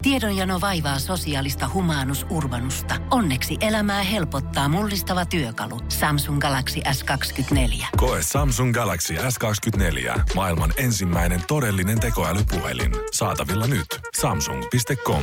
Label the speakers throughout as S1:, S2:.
S1: Tiedonjano vaivaa sosiaalista humanus urbanusta. Onneksi elämää helpottaa mullistava työkalu. Samsung Galaxy S24.
S2: Koe Samsung Galaxy S24. Maailman ensimmäinen todellinen tekoälypuhelin. Saatavilla nyt. Samsung.com.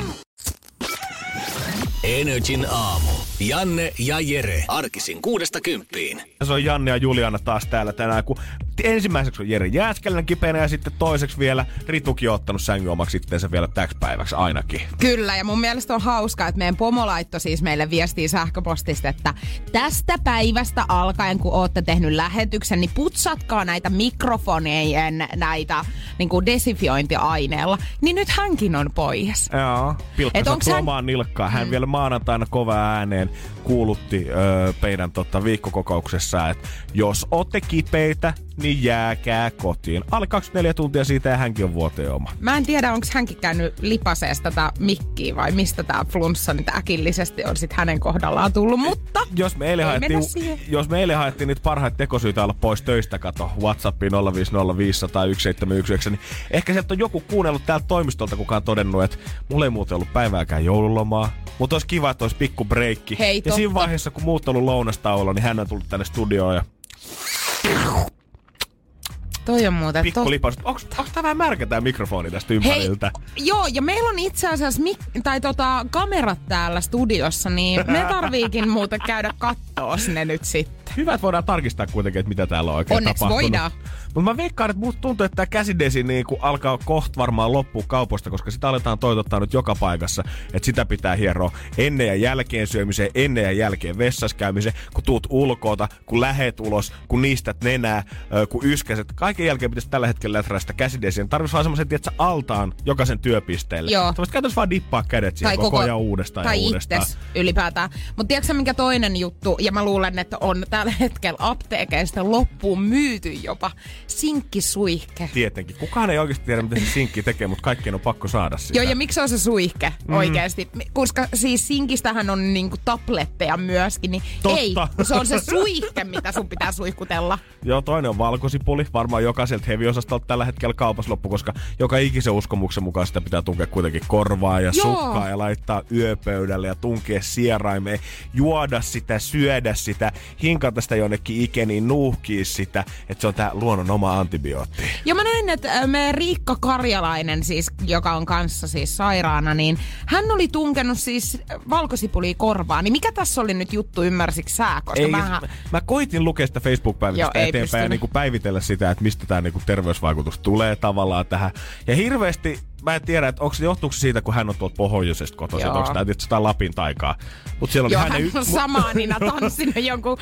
S3: Energin aamu. Janne ja Jere. Arkisin 6–10.
S4: Se on Janne ja Juliana taas täällä tänään, kun ensimmäiseksi on Jere Jääskeläinen kipeänä ja sitten toiseksi vielä Ritukin on ottanut sängyn omaksi itteensä vielä täksi päiväksi ainakin.
S5: Kyllä, ja mun mielestä on hauskaa, että meidän pomo laittoi siis meille viestiä sähköpostista, että tästä päivästä alkaen, kun ootte tehnyt lähetyksen, niin putsatkaa näitä mikrofonejen näitä niin kuin desinfiointiaineella. Niin nyt hänkin on pois.
S4: Joo, Pilkka sattui omaan nilkkaan. Hän vielä maanantaina kova ääneen kuulutti meidän viikkokokouksessa, että jos ootte kipeitä, niin jääkää kotiin. Alle 24 tuntia siitä ja hänkin on vuoteen oma. Mä
S5: en tiedä, onko hänkin käynyt lipaseesta tätä mikkiä vai mistä tää flunssa nyt äkillisesti on sit hänen kohdallaan tullut, mutta
S4: jos me eilen haettiin niitä parhaita tekosyitä olla pois töistä, kato WhatsAppiin 050501719, niin ehkä sieltä on joku kuunnellut täältä toimistolta, kuka on todennut, että mulla ei muuten ollut päivääkään joululomaa, mutta olisi kiva, että olisi pikku breikki. Ja siinä vaiheessa, kun muut on ollut lounastauolla, niin hän on tullut tänne studioon ja
S5: toi on muuten
S4: pikku lipaus. Onko tää vähän märkä tää mikrofoni tästä ympäriltä?
S5: Joo, ja meillä on itse asiassa kamerat täällä studiossa, niin me tarviikin muuten käydä kattoo sinne nyt sitten.
S4: Hyvä, että voidaan tarkistaa kuitenkin, että mitä täällä on oikein
S5: onneksi
S4: tapahtunut.
S5: Voidaan.
S4: Mutta mä veikkaan, että musta tuntuu, että tää käsidesi niinku alkaa kohta varmaan loppua kaupoista, koska sitä aletaan toitottaa nyt joka paikassa. Että sitä pitää hieroa ennen ja jälkeen syömiseen, ennen ja jälkeen vessassa käymiseen, kun tuut ulkoota, kun lähet ulos, kun niistät nenää, kun yskäset. Kaiken jälkeen pitäisi tällä hetkellä läträstä sitä käsidesiä. Tarvitsisi vaan semmoisen, tietsä, altaan jokaisen työpisteelle.
S5: Joo.
S4: Voisit käytännössä vaan dippaa kädet siihen koko ajan uudestaan
S5: tai
S4: ja uudestaan.
S5: Tai itses ylipäätään. Mutta tiedätkö mikä toinen juttu, ja mä luulen, että on tällä hetkellä apteekeista loppuun myyty jopa sinkkisuihke.
S4: Tietenkin. Kukaan ei oikeasti tiedä, mitä se sinkki tekee, mutta kaikkien on pakko saada sitä.
S5: Joo, ja miksi on se suihke oikeasti? Koska siis sinkistähän on niinku tabletteja myöskin, niin
S4: totta.
S5: Ei, se on se suihke, mitä sun pitää suihkutella.
S4: Joo, toinen on valkosipuli. Varmaan jokaiselta heviosastolta tällä hetkellä kaupassa loppu, koska joka ikisen uskomuksen mukaan sitä pitää tunkea kuitenkin korvaa ja sukkaa ja laittaa yöpöydälle ja tunkea sieraimeen, juoda sitä, syödä sitä, hinkata sitä jonnekin ikeniin, nuuhkia sitä, että se on tää luonnon oma antibiootti.
S5: Ja mä näin, että me Riikka Karjalainen siis, joka on kanssa siis sairaana, niin hän oli tunkenut siis valkosipulia korvaan. Niin mikä tässä oli nyt juttu, ymmärsikö sä? Koska
S4: mä koitin lukea sitä Facebook-päivitystä eteenpäin ja niin kuin päivitellä sitä, että mistä tää niin kuin terveysvaikutus tulee tavallaan tähän. Ja hirveästi mä en tiedä, että johtuuko se siitä, kun hän on tuolta Pohjoisesta kotoisin, onko tämä tietysti jotain Lapin taikaa. Mut siellä oli
S5: hän on samaanina tanssinut jonkun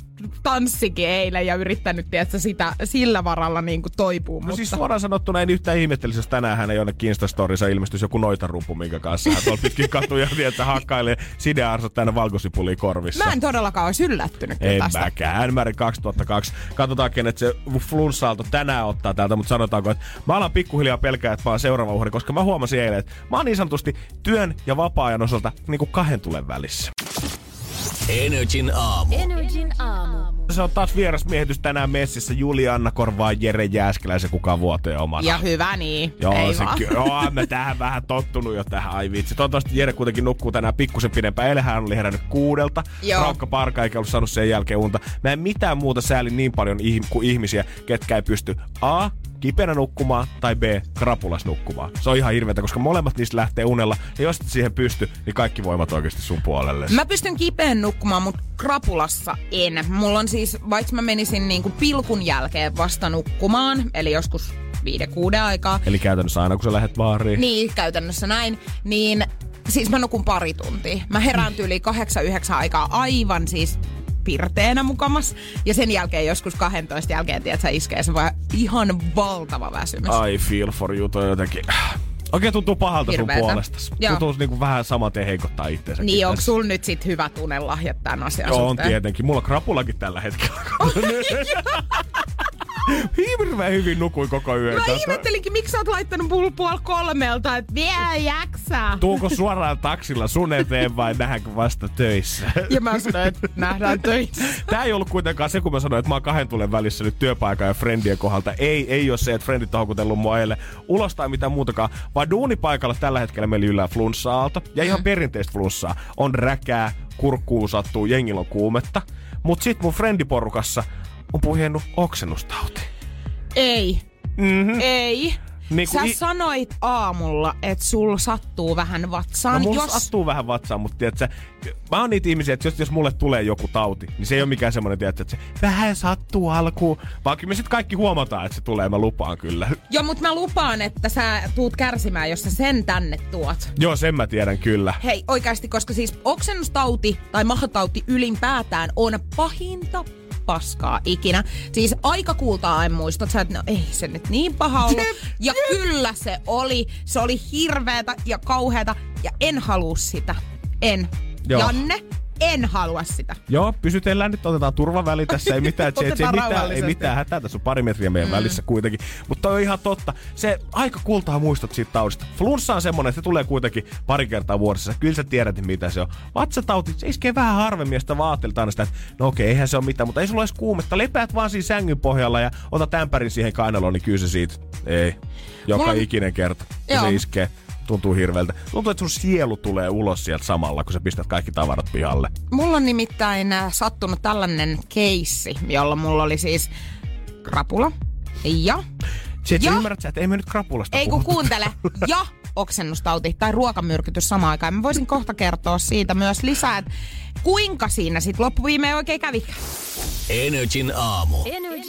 S5: tanssikin eilen ja yrittänyt sitä sillä varalla niin kuin toipuu.
S4: No siis suoraan sanottuna en yhtään ihmettelisi, jos tänään hän ei jonnekin Instastorissa ilmestyisi joku noitarumpu, minkä kanssa hän tuolla pitkin katuja hakkailee sidearsot täynnä valkosipulia korvissa.
S5: Mä en todellakaan olisi yllättynyt tästä.
S4: Mäkään. N-määrä 2002. Katsotaan, kenet se flunssa-aalto tänään ottaa täältä, mutta sanotaanko, että mä alan pikkuhiljaa pelkää, että mä oon seuraava uhri, koska mä huomasin eilen, että mä oon niin sanotusti työn ja vapaa-ajan osalta niin kuin kahden tulen välissä.
S3: Energin aamu.
S4: Se on taas vieras miehitys tänään messissä. Juliana korvaa Jere Jääskeläisen, kukaan vuoteen omana.
S5: Ja hyvä niin.
S4: Joo, mä tähän vähän tottunut jo tähän. Ai vitsi. Toivottavasti Jere kuitenkin nukkuu tänään pikkusen pidempään. Eilen hän oli herännyt 6. Raukka Parka eikä ollut saanut sen jälkeen unta. Mä en mitään muuta sääli niin paljon kuin ihmisiä, ketkä ei pysty A, kipeänä nukkumaan, tai B, krapulas nukkumaan. Se on ihan hirveätä, koska molemmat niistä lähtee unella. Ja jos et siihen pysty, niin kaikki voimat oikeasti sun puolelle.
S5: Mä pystyn kipeän nukkumaan, mutta krapulassa en. Mulla on siis, vaikka mä menisin niinku pilkun jälkeen vasta nukkumaan, eli joskus 5-6 aikaa.
S4: Eli käytännössä aina, kun sä lähdet baariin.
S5: Niin, käytännössä näin. Niin siis mä nukun pari tuntia. Mä herään yli 8-9 aikaa aivan siis pirteenä mukamas. Ja sen jälkeen joskus 12 jälkeen, tiedätkö, iskee se vaan ihan valtava väsymys.
S4: I feel for you, toi jotenkin. Oikein tuntuu pahalta
S5: hirveetä
S4: sun puolestasi. Tuntuu niinku vähän saman tien heikottaa itseänsä.
S5: Niin, onko sul nyt sit hyvät unelahjat tämän asian
S4: Joo,
S5: suhteen?
S4: on tietenkin. Mulla on krapulakin tällä hetkellä. Hirveän hyvin nukuin koko yön.
S5: Mä ihmettelinkin, miksi sä oot laittanut mulle 2:30, että vielä jaksaa.
S4: Tuuko suoraan taksilla sun eteen vai nähdäänkö vasta töissä?
S5: Ja mä sanoin, että nähdään töissä.
S4: Tää ei ollut kuitenkaan se, kun mä sanoin, että mä oon 2 tulen välissä nyt työpaikan ja friendien kohdalta. Ei ole se, että friendit on houkutellut mua eilen ulos tai mitään muutakaan, vaan duunipaikalla tällä hetkellä meillä yllää flunssa-aalto. Ja ihan perinteistä flunssaa. On räkää, kurkkuun sattuu, jengillä on kuumetta. Mut sit mun friendiporukassa on puhjennut oksennustauti.
S5: Ei.
S4: Mm-hmm.
S5: Ei.
S4: Niin
S5: sä sanoit aamulla, että sul sattuu vähän vatsaan.
S4: No mulla sattuu vähän vatsaan, mutta tiedätkö, mä oon niitä ihmisiä, että jos mulle tulee joku tauti, niin se ei ole mikään semmoinen, tiedätkö, että se vähän sattuu alkuun. Vaan kyllä me sit kaikki huomataan, että se tulee, mä lupaan kyllä.
S5: Joo, mutta mä lupaan, että sä tuut kärsimään, jos sä sen tänne tuot.
S4: Joo, sen mä tiedän kyllä.
S5: Hei, oikeasti, koska siis oksennustauti tai mahatauti ylipäätään on pahinta paskaa ikinä. Siis aika kultaa muistat sä, että no ei se nyt niin paha ollut. Ja kyllä se oli. Se oli hirveetä ja kauheata ja en halua sitä. En.
S4: Joo.
S5: Janne, en halua sitä.
S4: Joo, pysytellään nyt, otetaan turvaväli tässä. Ei mitään hätää, tässä on 2 metriä meidän välissä kuitenkin. Mutta toi on ihan totta. Se aika kultaa muistot siitä taudista. Flunssa on semmonen, että se tulee kuitenkin 2 kertaa vuodessa. Kyllä sä tiedät, mitä se on. Vatsatauti, se iskee vähän harvemmin ja sitä vaattelit aina sitä, että no okei, eihän se ole mitään, mutta ei sulla edes kuumetta. Lepäät vaan siinä sängyn pohjalla ja otat ämpärin siihen kainaloon, niin kyllä se siitä. Ei. Joka ikinen kerta. Ja se iskee. Tuntuu hirveältä. Tuntuu, että sun sielu tulee ulos sieltä samalla, kun sä pistät kaikki tavarat pihalle.
S5: Mulla on nimittäin sattunut tällainen keissi, jolla mulla oli siis krapula ja...
S4: Sä ymmärrät sä, että ei me nyt krapulasta
S5: ei kun kuuntele. Ja oksennustauti tai ruokamyrkytys samaan aikaan. Mä voisin kohta kertoa siitä myös lisää, että kuinka siinä sit loppuviimeen oikein kävikään.
S3: Energin aamu.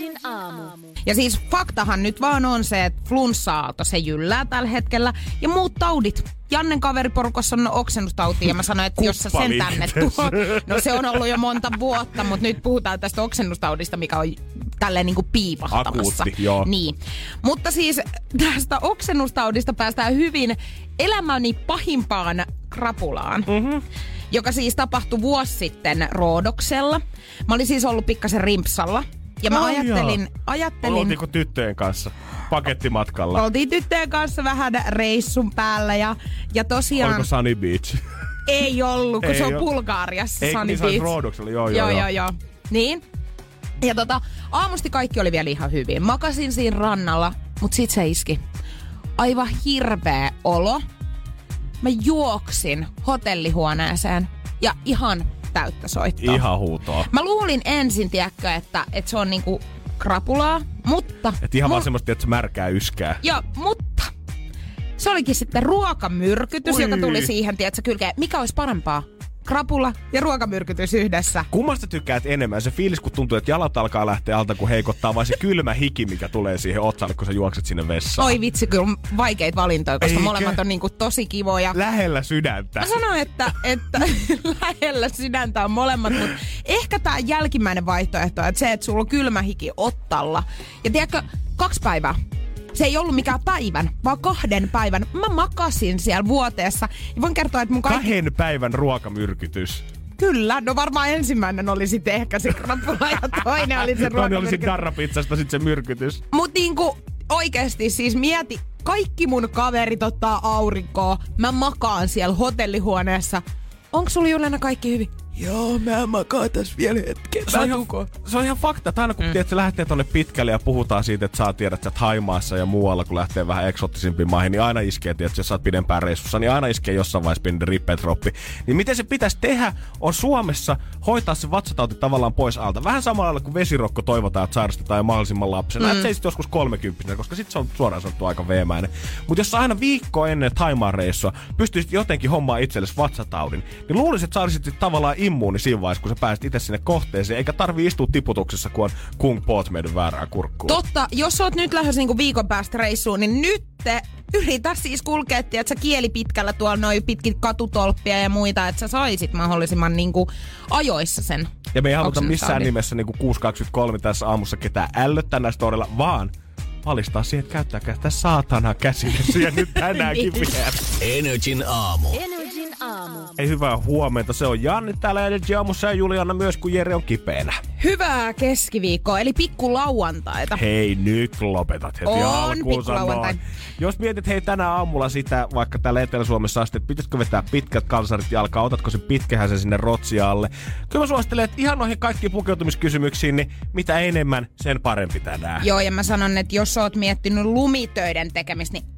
S5: Ja siis faktahan nyt vaan on se, että flunssa-aalto se jyllää tällä hetkellä ja muut taudit. Jannen kaveriporukassa on oksennustauti ja mä sanoin, että jos sä sen tänne tuo. No se on ollut jo monta vuotta, mutta nyt puhutaan tästä oksennustaudista, mikä on tälleen niinku piipahtamassa.
S4: Akuutti, joo.
S5: Niin. Mutta siis tästä oksennustaudista päästään hyvin elämäni pahimpaan krapulaan. Mm-hmm. Joka siis tapahtui vuosi sitten Roodoksella. Mä olin siis ollut pikkasen rimpsalla. Ja mä ajattelin...
S4: Oltiinko tyttöjen kanssa pakettimatkalla?
S5: Oltiin tyttöjen kanssa vähän reissun päällä ja tosiaan...
S4: Oliko Sunny Beach?
S5: Ei ollut, kun se on Bulgariassa Sunny Beach.
S4: Ei, Roodoksella, joo.
S5: Niin. Ja aamusti kaikki oli vielä ihan hyvin. Makasin siinä rannalla, mut sit se iski. Aivan hirveä olo. Mä juoksin hotellihuoneeseen ja ihan täyttä soittoa.
S4: Ihan huutoa.
S5: Mä luulin ensin, tiedätkö, että se on niinku krapulaa, mutta...
S4: Että ihan vaan semmoista, että se märkää yskää.
S5: Joo, mutta se olikin sitten ruokamyrkytys, joka tuli siihen, tiedätkö, kylkeen. Mikä olisi parempaa? Krapula ja ruokamyrkytys yhdessä.
S4: Kummasta tykkäät enemmän? Se fiilis, kun tuntuu, että jalat alkaa lähteä alta, kun heikottaa, vai se kylmä hiki, mikä tulee siihen otsalle, kun sä juokset sinne vessaan?
S5: Oi vitsi, kyllä vaikeita valintoja, koska molemmat on niinku tosi kivoja.
S4: Lähellä sydäntä.
S5: Mä sanoin, että lähellä sydäntä on molemmat, mutta ehkä tää jälkimmäinen vaihtoehto, että se, että sulla on kylmä hiki ottalla. Ja tiedätkö, 2 päivää. Se ei ollut mikään päivän, vaan 2 päivän. Mä makasin siellä vuoteessa. Ja voin kertoa, että mun
S4: 2 päivän ruokamyrkytys.
S5: Kyllä, no varmaan ensimmäinen oli sitten ehkä se krapula ja toinen oli se ruokamyrkytys.
S4: Toinen oli sitten darrapizzasta sitten se myrkytys.
S5: Mut niinku oikeesti siis mieti, kaikki mun kaverit ottaa aurinkoa. Mä makaan siellä hotellihuoneessa. Onko sulla Julena kaikki hyvin? Joo, mä makaan tässä vielä hetken.
S4: Se on ihan fakta, että aina kun tiedät, lähtee tonne pitkälle ja puhutaan siitä, että saa tiedät, että Thaimaassa ja muualla, kun lähtee vähän eksoottisimpiin maihin, niin aina iskee, tiedät, jos sä oot pidempään reissussa, niin aina iskee jossain vaiheessa pieni rippetroppi. Niin miten se pitäisi tehdä, on Suomessa hoitaa se vatsatauti tavallaan pois alta. Vähän samalla lailla kuin vesirokko toivotaan, että sairastetaan mahdollisimman lapsena. Et se ei sit joskus 30, koska sit se on suoraan sanottu aika veemäinen. Mutta jos sä aina viikkoa ennen Thaimaan reissua pystyisit jotenkin hommaa itsellesi vatsataudin, niin luulisit, että saisit tavallaan immuuni siinä vaiheessa, kun sä pääsit itse sinne kohteeseen, eikä tarvii istua tiputuksessa, kun on kung poot mennyt väärää kurkkuun.
S5: Totta, jos oot nyt lähdössä niinku viikon päästä reissuun, niin nyt yritä siis kulkea, että sä kieli pitkällä tuolla noin pitkin katutolppia ja muita, että sä saisit mahdollisimman niinku ajoissa sen.
S4: Ja me ei haluta missään nimessä niinku 6.23 tässä aamussa ketään ällöttää näistä todella, vaan valistaa siihen, että käyttäkää sitä saatanaa käsidessä ja nyt tänäänkin vielä.
S3: Energin aamu.
S1: aamu.
S4: Ei hyvää huomenta, se on Janne täällä Energy aamussa ja Juliana myös, kun Jere on kipeänä.
S5: Hyvää keskiviikkoa, eli pikkulauantaita.
S4: Hei, nyt lopetat heti alkuun sanoa. Jos mietit tänä aamulla sitä, vaikka täällä Etelä-Suomessa asti, että pitäisikö vetää pitkät kalsarit jalkaan, otatko sen pitkähäsen sinne rotsia alle. Kyllä mä suosittelen, että ihan noihin kaikkiin pukeutumiskysymyksiin, niin mitä enemmän, sen parempi tänään.
S5: Joo, ja mä sanon, että jos oot miettinyt lumitöiden tekemistä, niin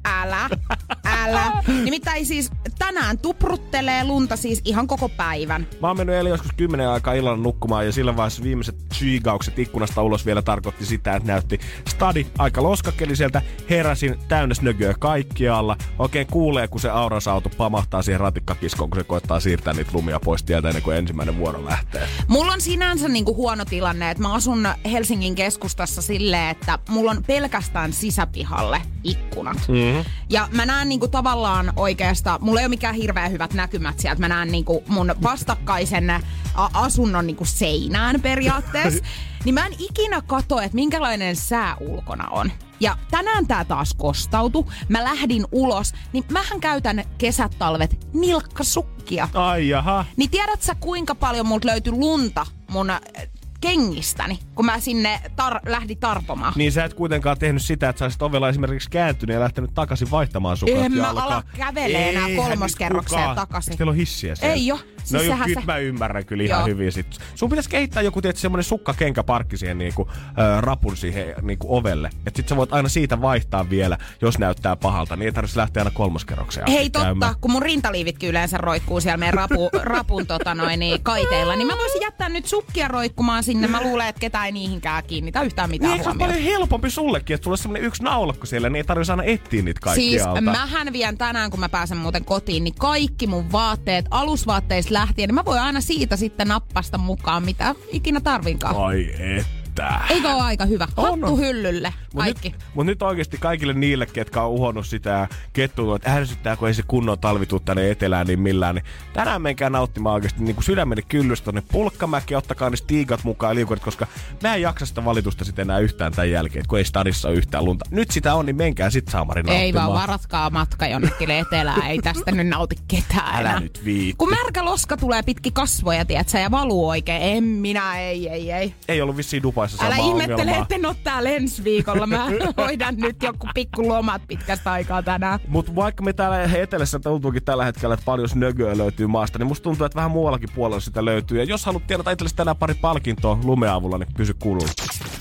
S5: älä. Nimittäin siis tänään tupruttelee lunta siis ihan koko päivän.
S4: Mä oon mennyt joskus 10 aikaa illalla nukkumaan ja sillä vaiheessa viimeiset tsiigaukset ikkunasta ulos vielä tarkoitti sitä, että näytti stadi aika loskakkeliseltä. Heräsin täynnä snögöä kaikkialla. Oikein kuulee, kun se Auras-auto pamahtaa siihen ratikkakiskoon, kun se koettaa siirtää niitä lumia pois tieltä ennen kuin ensimmäinen vuoro lähtee.
S5: Mulla on sinänsä niinku huono tilanne, että mä asun Helsingin keskustassa silleen, että mulla on pelkästään sisäpihalle ikkunat. Mm-hmm. Ja mä näen niinku tavallaan oikeastaan, mulla ei ole mikään hirveän hyvät näkymät sieltä. Mä näen niinku mun vastakkaisen asunnon niinku seinään periaatteessa. Niin mä en ikinä katso, että minkälainen sää ulkona on. Ja tänään tää taas kostautui. Mä lähdin ulos, niin mähän käytän kesät, talvet nilkkasukkia.
S4: Ai jaha.
S5: Niin tiedät sä, kuinka paljon multa löytyi lunta mun kengistäni, kun mä sinne lähdin tarpomaan.
S4: Niin sä et kuitenkaan tehnyt sitä, että sä olisit ovella esimerkiksi kääntynyt ja lähtenyt takaisin vaihtamaan sukat
S5: en
S4: jalkaan.
S5: mä ala kävelee enää 3. kerrokseen takaisin.
S4: Teillä on hissiä siellä?
S5: Ei oo. Siis
S4: no joo, kyllä mä ymmärrän kyllä ihan hyvin sit. Sun pitäisi kehittää joku semmonen sukkakenkäparkki siihen niinku, rapun siihen niinku ovelle. Et sit sä voit aina siitä vaihtaa vielä, jos näyttää pahalta. Niin ei tarvitse lähteä aina 3. kerrokseen.
S5: Hei totta, kun mun rintaliivitkin yleensä roikkuu siellä meidän rapun kaiteilla, niin mä voisin jättää nyt sukkia roikkumaan sinne. Mä luulen, että ketään ei niihinkään kiinnitä yhtään mitään
S4: niin,
S5: huomiota.
S4: Se on paljon helpompi sullekin, että sulla on semmonen yksi naulakko siellä, niin ei tarvitse aina etsiä niitä kaikkia alta.
S5: Siis mähän vien tänään, kun mä pääsen muuten kotiin, niin kaikki mun vaatteet, alusvaatteista lähtien, niin mä voin aina siitä sitten nappasta mukaan, mitä ikinä tarvinkaan.
S4: Ai
S5: Eikö ole aika hyvä? Hattu hyllylle. Kaikki.
S4: Mut nyt oikeesti kaikille niille, ketkä on uhonnut sitä ja kettuunut, että ärsyttää, kun ei se kunnon talvi tuu tänne etelään niin millään. Niin tänään menkää nauttimaan oikeesti niin sydämeni kyllystä tonne Pulkkamäkeen. Ottakaa ne stiigat mukaan liukurit, koska mä en jaksa sitä valitusta sitten enää yhtään tämän jälkeen, kun ei stadissa ole yhtään lunta. Nyt sitä on, niin menkää sit Saamari nauttimaan.
S5: Ei vaan, varatkaa matka jonnekin etelään. Ei tästä nyt nauti ketään.
S4: Älä nyt viitti.
S5: Kun märkä loska tulee pitki kasvoja, tietsä, ja valuu oikein. En minä, ei.
S4: Ei ollut vissiin Dubaissa
S5: älä
S4: samaa
S5: ihmettele,
S4: ongelmaa.
S5: etten oo täällä ensi viikolla. Mä hoidan nyt joku pikku lomat pitkästä aikaa tänään.
S4: Mut vaikka me täällä etelässä tuntuukin tällä hetkellä, että paljon snögöä löytyy maasta, niin musta tuntuu, että vähän muuallakin puolella sitä löytyy. Ja jos haluat tiedota itsellesi tänään pari palkintoa lumeavulla, niin pysy kuulolla.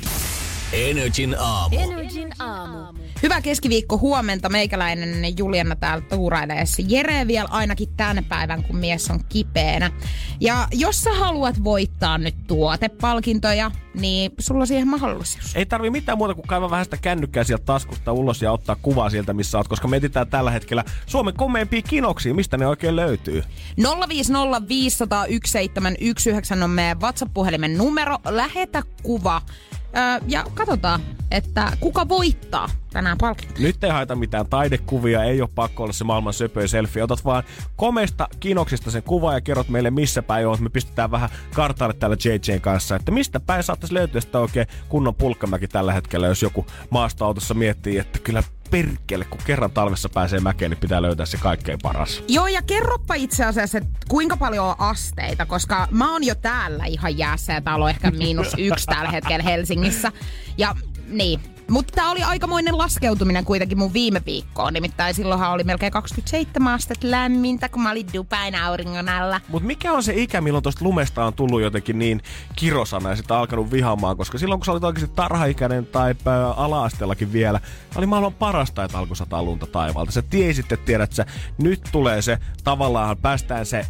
S3: Energin aamu.
S5: Hyvää keskiviikko, huomenta. Meikäläinen Juliana täällä tuurailee. Jere vielä ainakin tämän päivän, kun mies on kipeänä. Ja jos sä haluat voittaa nyt tuotepalkintoja, niin sulla on siihen mahdollisuus.
S4: Ei tarvii mitään muuta kuin kaivaa vähän sitä kännykkää sieltä taskusta ulos ja ottaa kuvaa sieltä, missä oot, koska me etsitään tällä hetkellä Suomen komeimpia kinoksia. Mistä ne oikein löytyy?
S5: 050 500 1719 on meidän WhatsApp-puhelimen numero. Lähetä kuva. Ja katsotaan, että kuka voittaa tänään palkintoja.
S4: Nyt ei haeta mitään taidekuvia, ei ole pakko olla se maailman söpöä selfie. Otat vaan komeista kinoksista sen kuva ja kerrot meille missä päin oot. Me pistetään vähän kartalle täällä JJn kanssa, että mistä päin saattaisi löytyä sitä oikein kunnon Pulkkamäki tällä hetkellä, jos joku maastoautossa miettii, että kyllä perkele, kun kerran talvessa pääsee mäkeen, niin pitää löytää se kaikkein paras.
S5: Joo, ja kerroppa itse asiassa, että kuinka paljon on asteita, koska mä oon jo täällä ihan jäässä ja täällä on ehkä -1 tällä hetkellä Helsingissä. Ja niin. Mutta tää oli aikamoinen laskeutuminen kuitenkin mun viime viikkoon. Nimittäin silloinhan oli melkein 27 astetta lämmintä, kun mä olin Dubain auringon alla.
S4: Mut mikä on se ikä, milloin tosta lumesta on tullut jotenkin niin kirosana ja sitä alkanut vihaamaan? Koska silloin, kun sä olit oikeasti tarhaikäinen tai ala-asteellakin vielä, oli maailman parasta, että alkoi sataa lunta taivaalta. Sä tiesit, että tiedät sä, nyt tulee se, tavallaan päästään se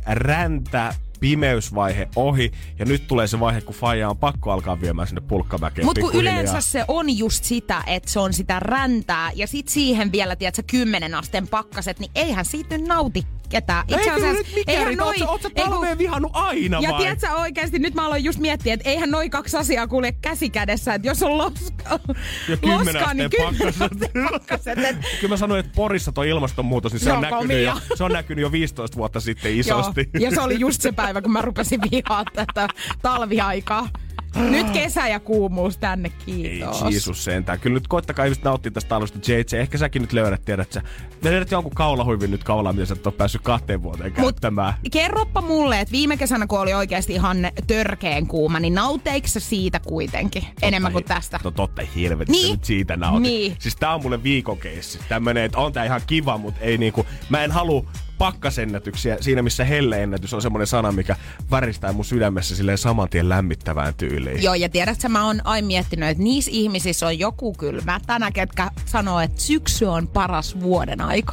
S4: pimeysvaihe ohi, ja nyt tulee se vaihe, kun faija on pakko alkaa viemään sinne Pulkkamäkeen.
S5: Mutta kun yleensä se on just sitä, että se on sitä räntää, ja sit siihen vielä, tiedätkö, 10 asteen pakkaset, niin eihän siitä nyt nauti ketään.
S4: Itse asiassa, oot sä talveen vihannut aina vai?
S5: Ja tiedätkö oikeesti, nyt mä aloin just miettiä, että eihän noi 2 asiaa kulje käsi kädessä, että jos on loskaa, niin 10 pakkaset.
S4: Kyllä mä sanoin, että Porissa toi ilmastonmuutos, niin se on näkynyt jo 15 vuotta sitten isosti.
S5: Joo. Ja se oli just se päivä, kun mä rupesin vihaa tätä talviaikaa. Nyt kesä ja kuumuus tänne, kiitos.
S4: Ei Jeesus sentään. Kyllä nyt koittakaa just nauttia tästä alusta, JJ. Ehkä säkin nyt löydät, tiedät sä. Löydät jonkun kaulahuivin nyt kaulaa, mitä sä et ole päässyt 2 vuoteen käyttämään.
S5: Kerroppa mulle, että viime kesänä, kun oli oikeasti ihan törkeen kuuma, niin nauteiko sä siitä kuitenkin enemmän kuin tästä?
S4: No totta helvetissä
S5: niin.
S4: Nyt siitä nautin.
S5: Niin.
S4: Siis tää on mulle viikokeissi. Tämmönen, että on tää ihan kiva, mutta ei niinku, mä en halua pakkasennätyksiä siinä, missä helleennätys on semmoinen sana, mikä väristää mun sydämessä silleen saman tien lämmittävään tyyliin.
S5: Joo, ja tiedätkö, mä oon aina miettinyt, että niissä ihmisissä on joku kylmä tänä, ketkä sanoo, että syksy on paras vuoden aika.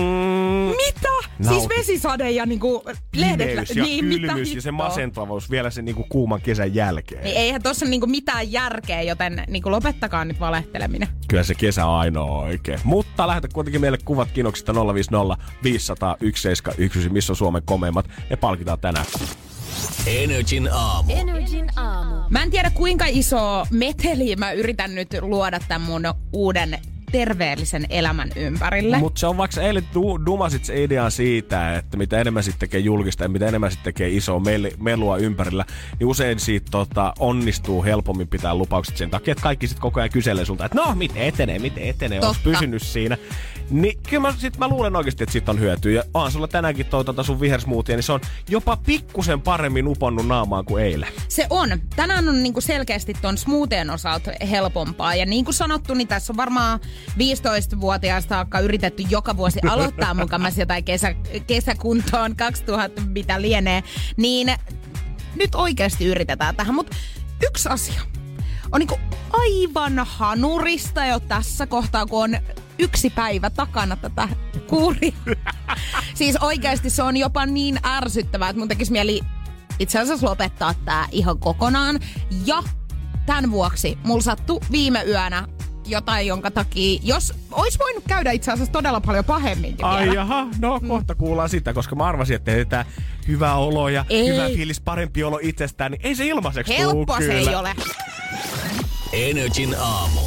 S5: Mitä?
S4: Nauti.
S5: Siis vesisade ja niinku lehdet...
S4: Pimeys ja
S5: niin,
S4: kylmyys ja se masentavuus vielä sen niinku kuuman kesän jälkeen.
S5: Niin eihän tossa niinku mitään järkeä, joten niinku lopettakaa nyt valehteleminen.
S4: Kyllä se kesä on ainoa oikein. Mutta lähetä kuitenkin meille kuvat kinoksista 050 500 1719, missä on Suomen komeimmat. Ne palkitaan tänään.
S3: Energin aamu.
S5: Mä en tiedä kuinka iso meteli mä yritän nyt luoda tämän mun uuden terveellisen elämän ympärille.
S4: Mutta se on vaikka eilen dumasit se idean siitä, että mitä enemmän sitten tekee julkista ja mitä enemmän sitten tekee isoa melua ympärillä, niin usein siitä onnistuu helpommin pitää lupaukset sen takia, että kaikki sitten koko ajan kyselee sulta, että no, miten etenee, oot pysynyt siinä. Niin kyllä mä luulen oikeasti, että siitä on hyötyä. Ja onhan sulla tänäänkin sun vihersmoothie, niin se on jopa pikkusen paremmin uponnut naamaan kuin eilen.
S5: Se on. Tänään on niinku selkeästi ton smoothien osalta helpompaa. Ja niin kuin sanottu, niin tässä on varmaan 15-vuotiaasta saakka yritetty joka vuosi aloittaa mukamas jotain kesäkuntoon 2000, mitä lienee. Niin nyt oikeasti yritetään tähän. Mutta yksi asia on niinku aivan hanurista jo tässä kohtaa, kun on 1 päivä takana tätä kuuria. Siis oikeasti se on jopa niin ärsyttävää, että mun tekisi mieli itse asiassa lopettaa tää ihan kokonaan. Ja tämän vuoksi mulla sattui viime yönä jotain, jonka takia, jos ois voinut käydä itse asiassa todella paljon pahemminkin vielä.
S4: Ai jaha, no kohta kuullaan sitä, koska mä arvasin, että heitetään hyvä olo ja hyvä fiilis, parempi olo itsestään, niin ei se ilmaiseksi tuu
S5: helppo
S4: kyllä.
S5: Se ei ole.
S3: Energin aamu.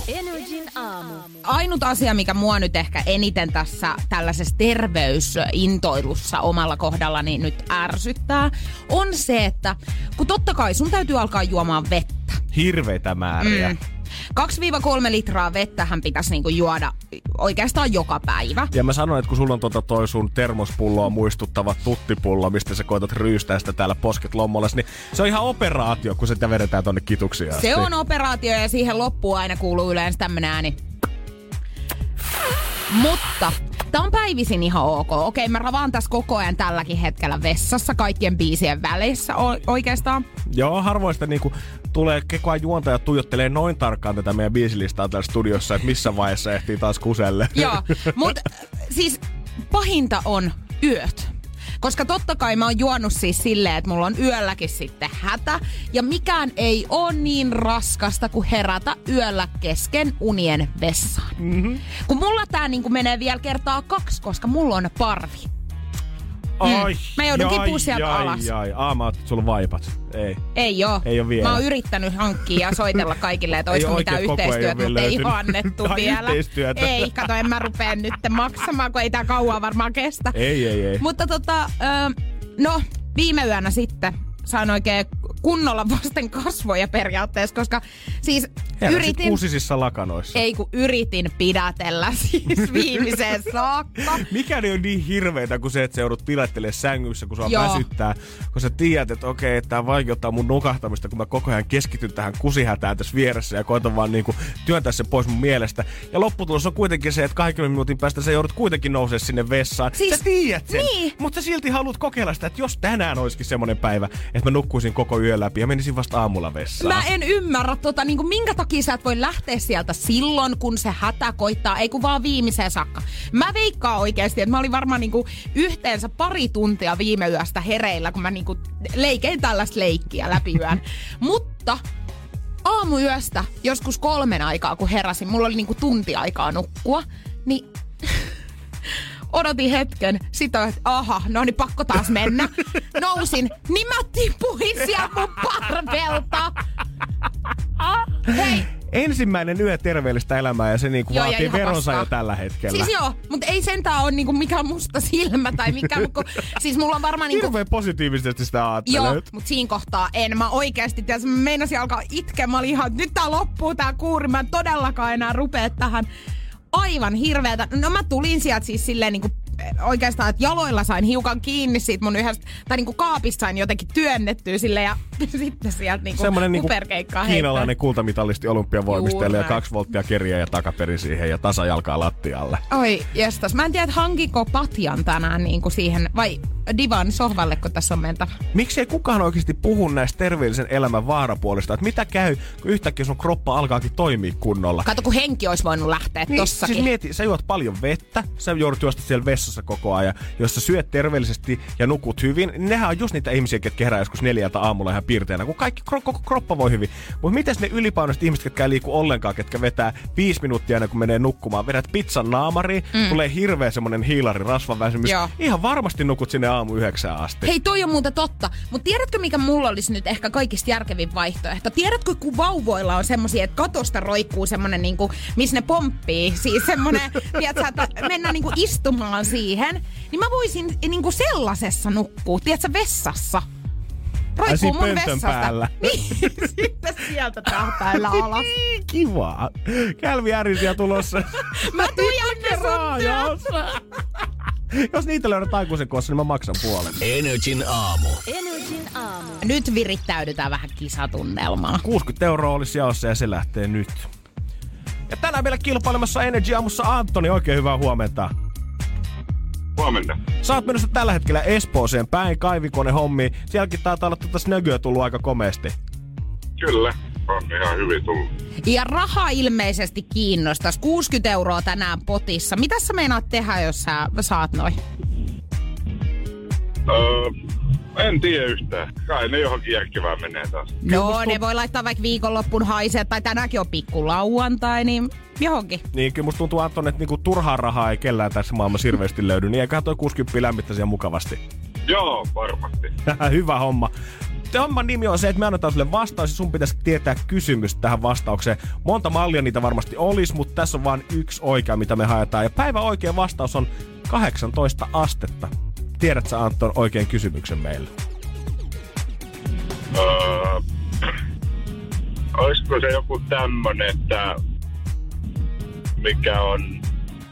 S5: Ainut asia, mikä mua nyt ehkä eniten tässä tällaisessa terveysintoilussa omalla kohdallani nyt ärsyttää, on se, että kun totta kai sun täytyy alkaa juomaan vettä.
S4: Hirveitä määriä.
S5: 2-3 litraa vettähän pitäisi niinku juoda oikeastaan joka päivä.
S4: Ja mä sanoin, että kun sulla on toi sun termospulloa muistuttava tuttipullo, mistä sä koetat ryystää sitä täällä posket lommolles, niin se on ihan operaatio, kun sitä vedetään tonne kituksiin asti.
S5: Se on operaatio ja siihen loppuun aina kuuluu yleensä tämmönen ääni. Mutta tää on päivisin ihan ok. Okei, mä ravaan tässä koko ajan tälläkin hetkellä vessassa kaikkien biisien väleissä oikeastaan.
S4: Joo, harvoista niinku tulee koko ajan juontaja tuijottelee noin tarkkaan tätä meidän biisilistaa täällä studiossa, että missä vaiheessa ehtii taas kuselle.
S5: Joo, mutta siis pahinta on yöt. Koska totta kai mä oon juonut siis silleen, että mulla on yölläkin sitten hätä. Ja mikään ei oo niin raskasta kuin herätä yöllä kesken unien vessaan. Mm-hmm. Kun mulla tää niinku menee vielä kertaa 2, koska mulla on parvi. Mä joudunkin pusialta alas.
S4: Mä oot, sulla on vaipat.
S5: Ei oo.
S4: Ei oo vielä.
S5: Mä oon yrittänyt hankkia ja soitella kaikille, että olisiko mitään yhteistyötä, mutta ei oo annettu vielä. Ei, kato, en mä rupea nyt maksamaan, kun ei tää kauan varmaan kestä.
S4: Ei.
S5: Mutta no, viime yönä sitten sain oikein kunnolla vasten kasvoja periaatteessa, koska siis yritin...
S4: kuusisissa lakanoissa.
S5: Ei, kun yritin pidätellä siis viimeiseen saakka.
S4: Mikä ne on niin hirveitä kuin se, että sä joudut pidättelemään sängyssä, kun sua väsyttää. Kun sä tiedät, että okei, että tää vaikeuttaa mun nukahtamista, kun mä koko ajan keskityn tähän kusihätään tässä vieressä ja koitan vaan niinku työntää sen pois mun mielestä. Ja lopputulos on kuitenkin se, että 20 minuutin päästä sä joudut kuitenkin nousee sinne vessaan.
S5: Siis,
S4: sä tiedät sen,
S5: niin.
S4: Mutta sä silti haluat kokeilla sitä, että jos tänään olisikin semmonen päivä, että mä nukkuisin koko yön läpi ja menisin vasta aamulla vessaan.
S5: Mä en ymmärrä niinku minkä takia sä et voi lähteä sieltä silloin, kun se hätä koittaa, ei kun vaan viimeiseen saakka. Mä veikkaan oikeesti, että mä olin varmaan niinku yhteensä 2 tuntia viime yöstä hereillä, kun mä niinku leikein tällaista leikkiä läpi yön. Mutta aamuyöstä, joskus 3 aikaa, kun heräsin, mulla oli niinku tunti aikaa nukkua, niin odotin hetken, sitä että no niin pakko taas mennä. Nousin, niin mä tipuin siellä mun parvelta. Hei,
S4: ensimmäinen yö terveellistä elämää ja se niinku
S5: joo,
S4: vaatii veronsa jo tällä hetkellä.
S5: Siis joo, mutta ei sentään ole niinku mikään musta silmä tai mikään, siis mulla on varmaan niinku...
S4: Hirveän positiivisesti sitä ajattelet.
S5: Joo, mutta siinä kohtaa en. Mä oikeesti, mä meinasin alkaa itkeä. Mä olin ihan, nyt tää loppuu tää kuuri. Mä en todellakaan enää rupea tähän. Aivan hirveetä. No mä tulin sieltä siis silleen niinku oikeastaan, että jaloilla sain hiukan kiinni siitä mun yhdestä, tai niinku kaapista sain jotenkin työnnettyä sille ja sitten sieltä niinku kuperkeikkaa heittää.
S4: Kiinalainen kultamitalisti olympiavoimistelu ja 2 volttia keriä ja takaperin siihen ja tasajalkaa lattialle.
S5: Oi, jestas. Mä en tiedä, että hankiko patjan tänään niinku siihen, vai divan sohvalle, kun tässä on mentävä.
S4: Miksi ei kukaan oikeasti puhu näistä terveellisen elämän vaarapuolista? Että mitä käy, kun yhtäkkiä sun kroppa alkaakin toimia kunnolla?
S5: Kato, kun henki olisi voinut lähteä tossakin.
S4: Siis mieti, sä juot paljon vettä, sä joudut juosta siellä vessassa koko ajan. Jos sä syöt terveellisesti ja nukut hyvin, niin nehän on just niitä ihmisiä, ketkä herää joskus 4 aamulla ihan pirteänä, kun kaikki koko kroppa voi hyvin. Mutta mitäs ne ylipainoiset ihmiset, ketkä ei liiku ollenkaan, ketkä vetää 5 minuuttia ennen kuin menee nukkumaan, vedät pizzan naamariin, tulee hirveä semmonen hiilari rasvaväsymys. Ihan varmasti nukut sinne aamu 9 asti.
S5: Hei, toi on muuten totta. Mutta tiedätkö, mikä mulla olisi nyt ehkä kaikista järkevin vaihtoehto? Tiedätkö, kun vauvoilla on semmosia, että katosta roikkuu semmonen niinku, missä ne pomppii. Siis semmonen, tiedätkö, että mennään niinku istumaan siihen. Niin mä voisin niinku sellaisessa nukkua, tiedätkö, vessassa. Roikkuu mun vessasta. Päällä. Niin, sitten sieltä tähtäillä alas.
S4: Kiva. Kälvi ärisiä tulossa.
S5: Mä tuijan ne sun työssä.
S4: Jos niitä löydät aikuisen koossa, niin mä maksan puolen.
S3: Energin aamu.
S5: Nyt virittäydytään vähän kisatunnelmaa.
S4: 60 € olisi jaossa ja se lähtee nyt. Ja tänään vielä kilpailemassa Energy aamussa Antoni. Oikein hyvää huomenta.
S6: Huomenta.
S4: Sä oot menossa tällä hetkellä Espooseen päin kaivinkonehommiin. Sielläkin taitaa olla snögyä tullut aika komeasti.
S6: Kyllä, on ihan hyvin tullut.
S5: Ja raha ilmeisesti kiinnostaisi. 60 € tänään potissa. Mitä sä meinaat tehdä, jos sä saat noin?
S6: En tiedä yhtään. Kai ne johonkin järkevään menee taas.
S5: No, ne voi laittaa vaikka viikonloppun haisee, tai tänäänkin on pikku lauantai, niin johonkin.
S4: Niin, kyllä musta tuntuu, Anton, että niinku turhaa rahaa ei kellään tässä maailmassa hirveästi löydy. Niin eiköhän toi 60 lämmittäisiä mukavasti.
S6: Joo, varmasti.
S4: Hyvä homma. Homman nimi on se, että me annetaan sulle vastaus ja sun pitäisi tietää kysymys tähän vastaukseen. Monta mallia niitä varmasti olisi, mutta tässä on vain yksi oikea, mitä me haetaan. Ja päivän oikea vastaus on 18 astetta. Tiedätkö sä, Anton, oikein kysymyksen meille?
S6: Olisiko se joku tämmönen, että mikä on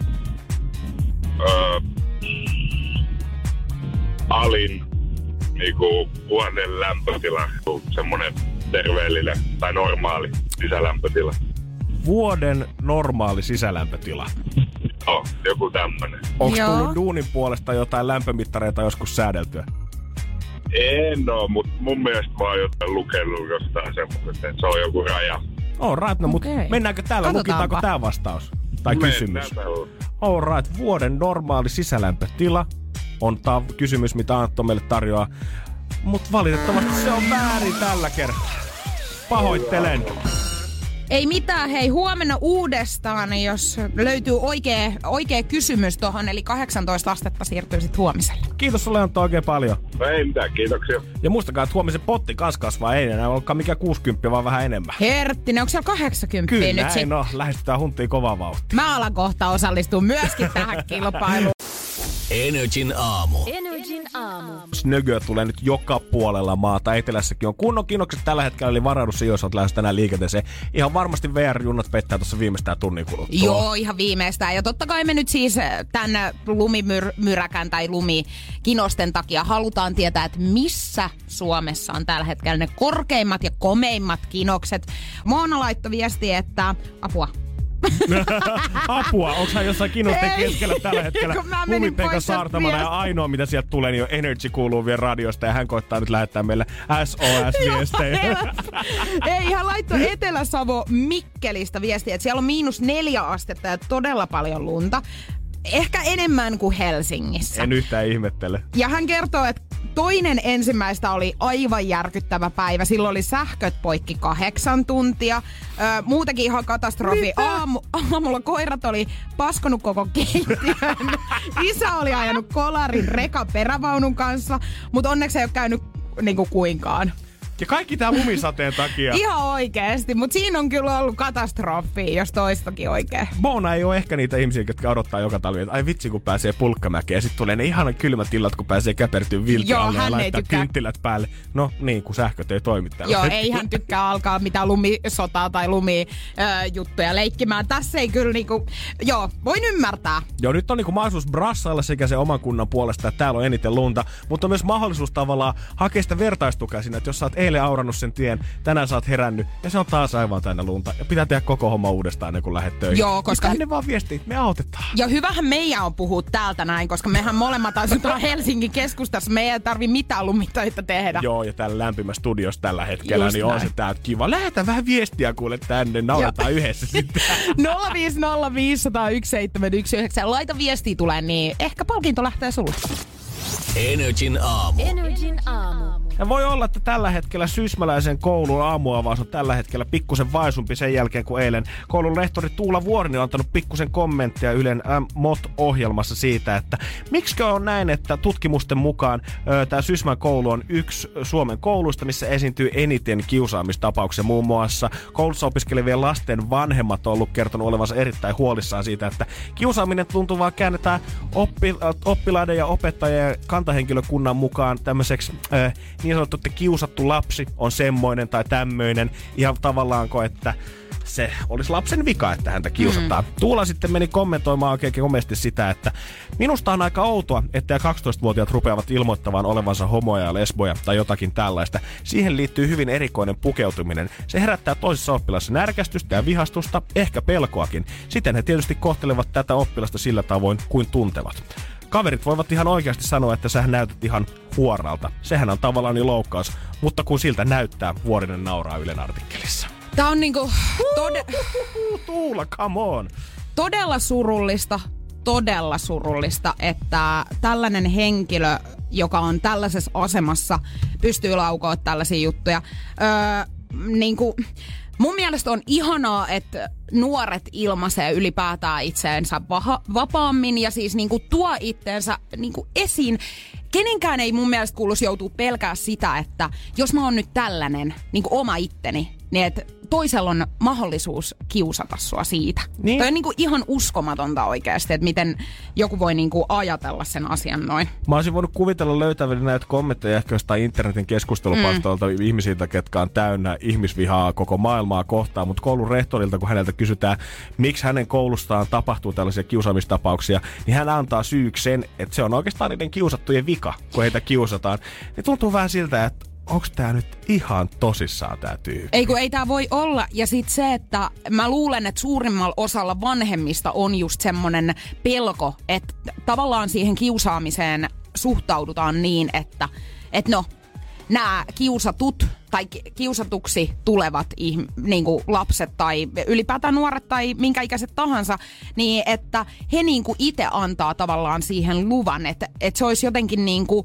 S6: alin niinku vuoden lämpötila, semmonen terveellinen tai normaali sisälämpötila?
S4: Vuoden normaali sisälämpötila.
S6: No, joku tämmönen.
S4: Onko tullut duunin puolesta jotain lämpömittareita joskus säädeltyä?
S6: En oo, mut mun mielestä mä oon jotain lukenut jostain semmoisesta, että se on joku raja.
S4: Right, no, mutta mennäänkö täällä? Lukitaanko tää vastaus? Tai kysymys? Right, vuoden normaali sisälämpötila on kysymys, mitä Antto meille tarjoaa. Mut valitettavasti se on väärin tällä kertaa. Pahoittelen.
S5: Ei mitään, hei, huomenna uudestaan, jos löytyy oikea kysymys tohon, eli 18 astetta siirtyy sit huomiselle.
S4: Kiitos sulle, Antto, oikein paljon.
S6: Ei mitään, kiitoksia.
S4: Ja muistakaa, että huomisen potti kasvaa, ei enää olekaan mikään 60, vaan vähän enemmän.
S5: Herttinen, onko siellä 80
S4: Kyllä,
S5: nyt
S4: näin
S5: sit?
S4: no, lähestytään huntiin kovaa vauhtia.
S5: Mä alan kohta osallistua myöskin tähän kilpailuun.
S3: Energin aamu.
S4: Snögyä tulee nyt joka puolella maata. Etelässäkin on kunnon kinnokset tällä hetkellä, eli varaudu se, jos olet lähes tänään liikenteeseen. Ihan varmasti VR-junnat pettää tuossa viimeistään tunnin kuluttua.
S5: Joo, ihan viimeistään. Ja totta kai me nyt siis tämän lumimyräkän tai lumikinosten takia halutaan tietää, että missä Suomessa on tällä hetkellä ne korkeimmat ja komeimmat kinokset. Moona laittoi viestiä, että apua.
S4: Apua, onko hän jossain kinosten keskellä tällä hetkellä Lumipeka saartamana ja ainoa mitä sieltä tulee niin on Energy kuuluu vielä radiosta ja hän koittaa nyt lähettää meille SOS-viestejä.
S5: Ei, hän laittoi Etelä-Savo Mikkelistä viestiä, että siellä on -4 astetta ja todella paljon lunta. Ehkä enemmän kuin Helsingissä.
S4: En yhtään ihmettele.
S5: Ja hän kertoo, että 2.1. oli aivan järkyttävä päivä. Silloin oli sähköt poikki 8 tuntia. Muutenkin ihan katastrofi. Aamulla koirat oli paskonut koko keittiön. Isä oli ajanut kolarin rekan perävaunun kanssa, mutta onneksi ei ole käynyt niinku kuinkaan.
S4: Ja kaikki tää lumisateen takia.
S5: Ihan oikeesti, mutta siinä on kyllä ollut katastrofi, jos toistakin oikein.
S4: Mona ei ole ehkä niitä ihmisiä, jotka odottaa joka talvi, että ai vitsi kun pääsee pulkkamäkeen ja sitten tulee ne ihanan kylmät illat, kun pääsee käpertyä viltialle ja laittaa kynttilät päälle. No niin, kun sähköt ei toimi tällä.
S5: Joo, ei hän tykkää alkaa mitään lumisotaa tai lumijuttuja leikkimään. Tässä ei kyllä niinku, joo, voin ymmärtää.
S4: Joo, nyt on niinku mahdollisuus brassailla sekä se oman kunnan puolesta, että täällä on eniten lunta, mutta on myös mahdollisuus tavallaan hakea sitä vertaistukea siinä, että jos sä oot eilen aurannut sen tien, tänään sä oot herännyt ja se on taas aivan täynnä lunta ja pitää tehdä koko homma uudestaan ennen kuin lähdet töihin.
S5: Joo, koska
S4: tänne vaan viestii, me autetaan.
S5: Ja hyvähän meidän on puhua täältä näin, koska mehän molemmat asutaan Helsingin keskustassa. Me ei tarvi mitään lumitöitä tehdä.
S4: Joo, ja täällä lämpimässä studiossa tällä hetkellä, just niin näin. On se täältä kiva. Lähetä vähän viestiä kuule tänne, nauretaan yhdessä sitten.
S5: 050501719. Laita viestiä tulee, niin ehkä palkinto lähtee sulle.
S3: Energin aamu.
S4: Ja voi olla, että tällä hetkellä Sysmäläisen koulun aamuavaus on tällä hetkellä pikkusen vaisumpi sen jälkeen, kun eilen koulun rehtori Tuula Vuorinen on antanut pikkusen kommenttia Ylen MOT-ohjelmassa siitä, että miksikö on näin, että tutkimusten mukaan tämä Sysmän koulu on yksi Suomen kouluista, missä esiintyy eniten kiusaamistapauksia. Muun muassa koulussa opiskelevien lasten vanhemmat on ollut kertonut olevansa erittäin huolissaan siitä, että kiusaaminen tuntuu vaan käännetään oppilaiden ja opettajien ja kantahenkilökunnan mukaan tämmöiseksi niin sanottu, että kiusattu lapsi on semmoinen tai tämmöinen. Ihan tavallaanko, että se olisi lapsen vika, että häntä kiusataan. Tuula sitten meni kommentoimaan oikein komeasti sitä, että minusta on aika outoa, että 12-vuotiaat rupeavat ilmoittamaan olevansa homoja ja lesboja tai jotakin tällaista. Siihen liittyy hyvin erikoinen pukeutuminen. Se herättää toisessa oppilaassa närkästystä ja vihastusta, ehkä pelkoakin. Siten he tietysti kohtelevat tätä oppilasta sillä tavoin kuin tuntevat. Kaverit voivat ihan oikeasti sanoa, että sähän näytät ihan huoralta. Sehän on tavallaan niin loukkaus, mutta kun siltä näyttää, Vuorinen nauraa Ylen artikkelissa.
S5: Tää on niinku
S4: Tuula, come on!
S5: Todella surullista, että tällainen henkilö, joka on tällaisessa asemassa, pystyy laukoa tällaisia juttuja. Niinku, mun mielestä on ihanaa, että nuoret ilmaisee ylipäätään itseensä vapaammin ja siis niinku tuo itteensä niinku esiin. Kenenkään ei mun mielestä kuuluisi joutua pelkää sitä, että jos mä oon nyt tällainen niinku oma itteni, niin että toisella on mahdollisuus kiusata sua siitä. Niin. Toi on niinku ihan uskomatonta oikeasti, että miten joku voi niinku ajatella sen asian noin.
S4: Mä olisin voinut kuvitella löytäväni näitä kommentteja ehkä jostain internetin keskustelupalstoilta ihmisiltä, ketkä on täynnä ihmisvihaa koko maailmaa kohtaan, mutta koulun rehtorilta, kun häneltä kysytään, miksi hänen koulustaan tapahtuu tällaisia kiusaamistapauksia, niin hän antaa syyksi sen, että se on oikeastaan niiden kiusattujen vika, kun heitä kiusataan. Niin tuntuu vähän siltä, että onks tää nyt ihan tosissaan tää tyyppi?
S5: Ei kun ei tää voi olla. Ja sit se, että mä luulen, että suurimmalla osalla vanhemmista on just semmonen pelko, että tavallaan siihen kiusaamiseen suhtaudutaan niin, että no, nämä kiusatut tai kiusatuksi tulevat niinku lapset tai ylipäätään nuoret tai minkä ikäiset tahansa, niin että he niinku itse antaa tavallaan siihen luvan, että se olisi jotenkin niinku,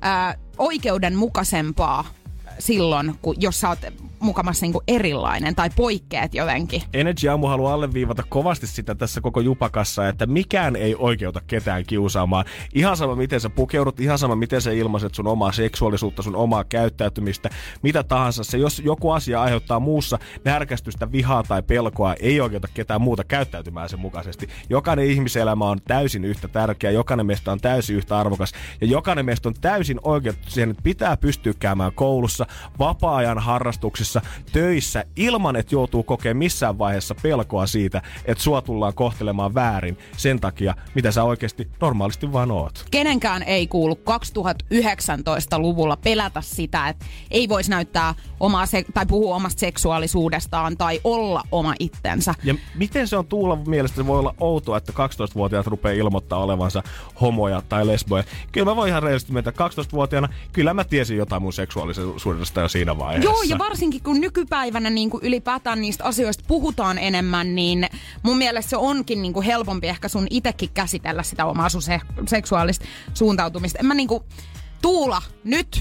S5: oikeudenmukaisempaa silloin, jos sä oot mukamassa niinku erilainen tai poikkeat jotenkin.
S4: Energy Aamu haluaa alleviivata kovasti sitä tässä koko jupakassa, että mikään ei oikeuta ketään kiusaamaan. Ihan sama miten sä pukeudut, ihan sama miten sä ilmaiset sun omaa seksuaalisuutta, sun omaa käyttäytymistä, mitä tahansa. Se, jos joku asia aiheuttaa muussa närkästystä, vihaa tai pelkoa, ei oikeuta ketään muuta käyttäytymään sen mukaisesti. Jokainen ihmiselämä on täysin yhtä tärkeä, jokainen meistä on täysin yhtä arvokas ja jokainen meistä on täysin oikeutettu siihen, että pitää pystyä käymään koulussa, vapaa-ajan harrastuksissa, töissä, ilman että joutuu kokemaan missään vaiheessa pelkoa siitä, että sua tullaan kohtelemaan väärin sen takia, mitä sä oikeasti normaalisti vaan oot.
S5: Kenenkään ei kuulu 2019-luvulla pelätä sitä, että ei voisi näyttää tai puhua omasta seksuaalisuudestaan tai olla oma itsensä.
S4: Ja miten se on Tuulan mielestä, se voi olla outoa, että 12-vuotiaat rupeaa ilmoittaa olevansa homoja tai lesboja. Kyllä mä voin ihan reilisti myöntää, 12-vuotiaana kyllä mä tiesin jotain mun seksuaalisuudesta jo siinä vaiheessa.
S5: Joo, ja varsinkin kun nykypäivänä niin kuin ylipäätään niistä asioista puhutaan enemmän, niin mun mielestä se onkin niin kuin helpompi ehkä sun itekin käsitellä sitä omaa sun seksuaalista suuntautumista. En mä niin kuin, Tuula, nyt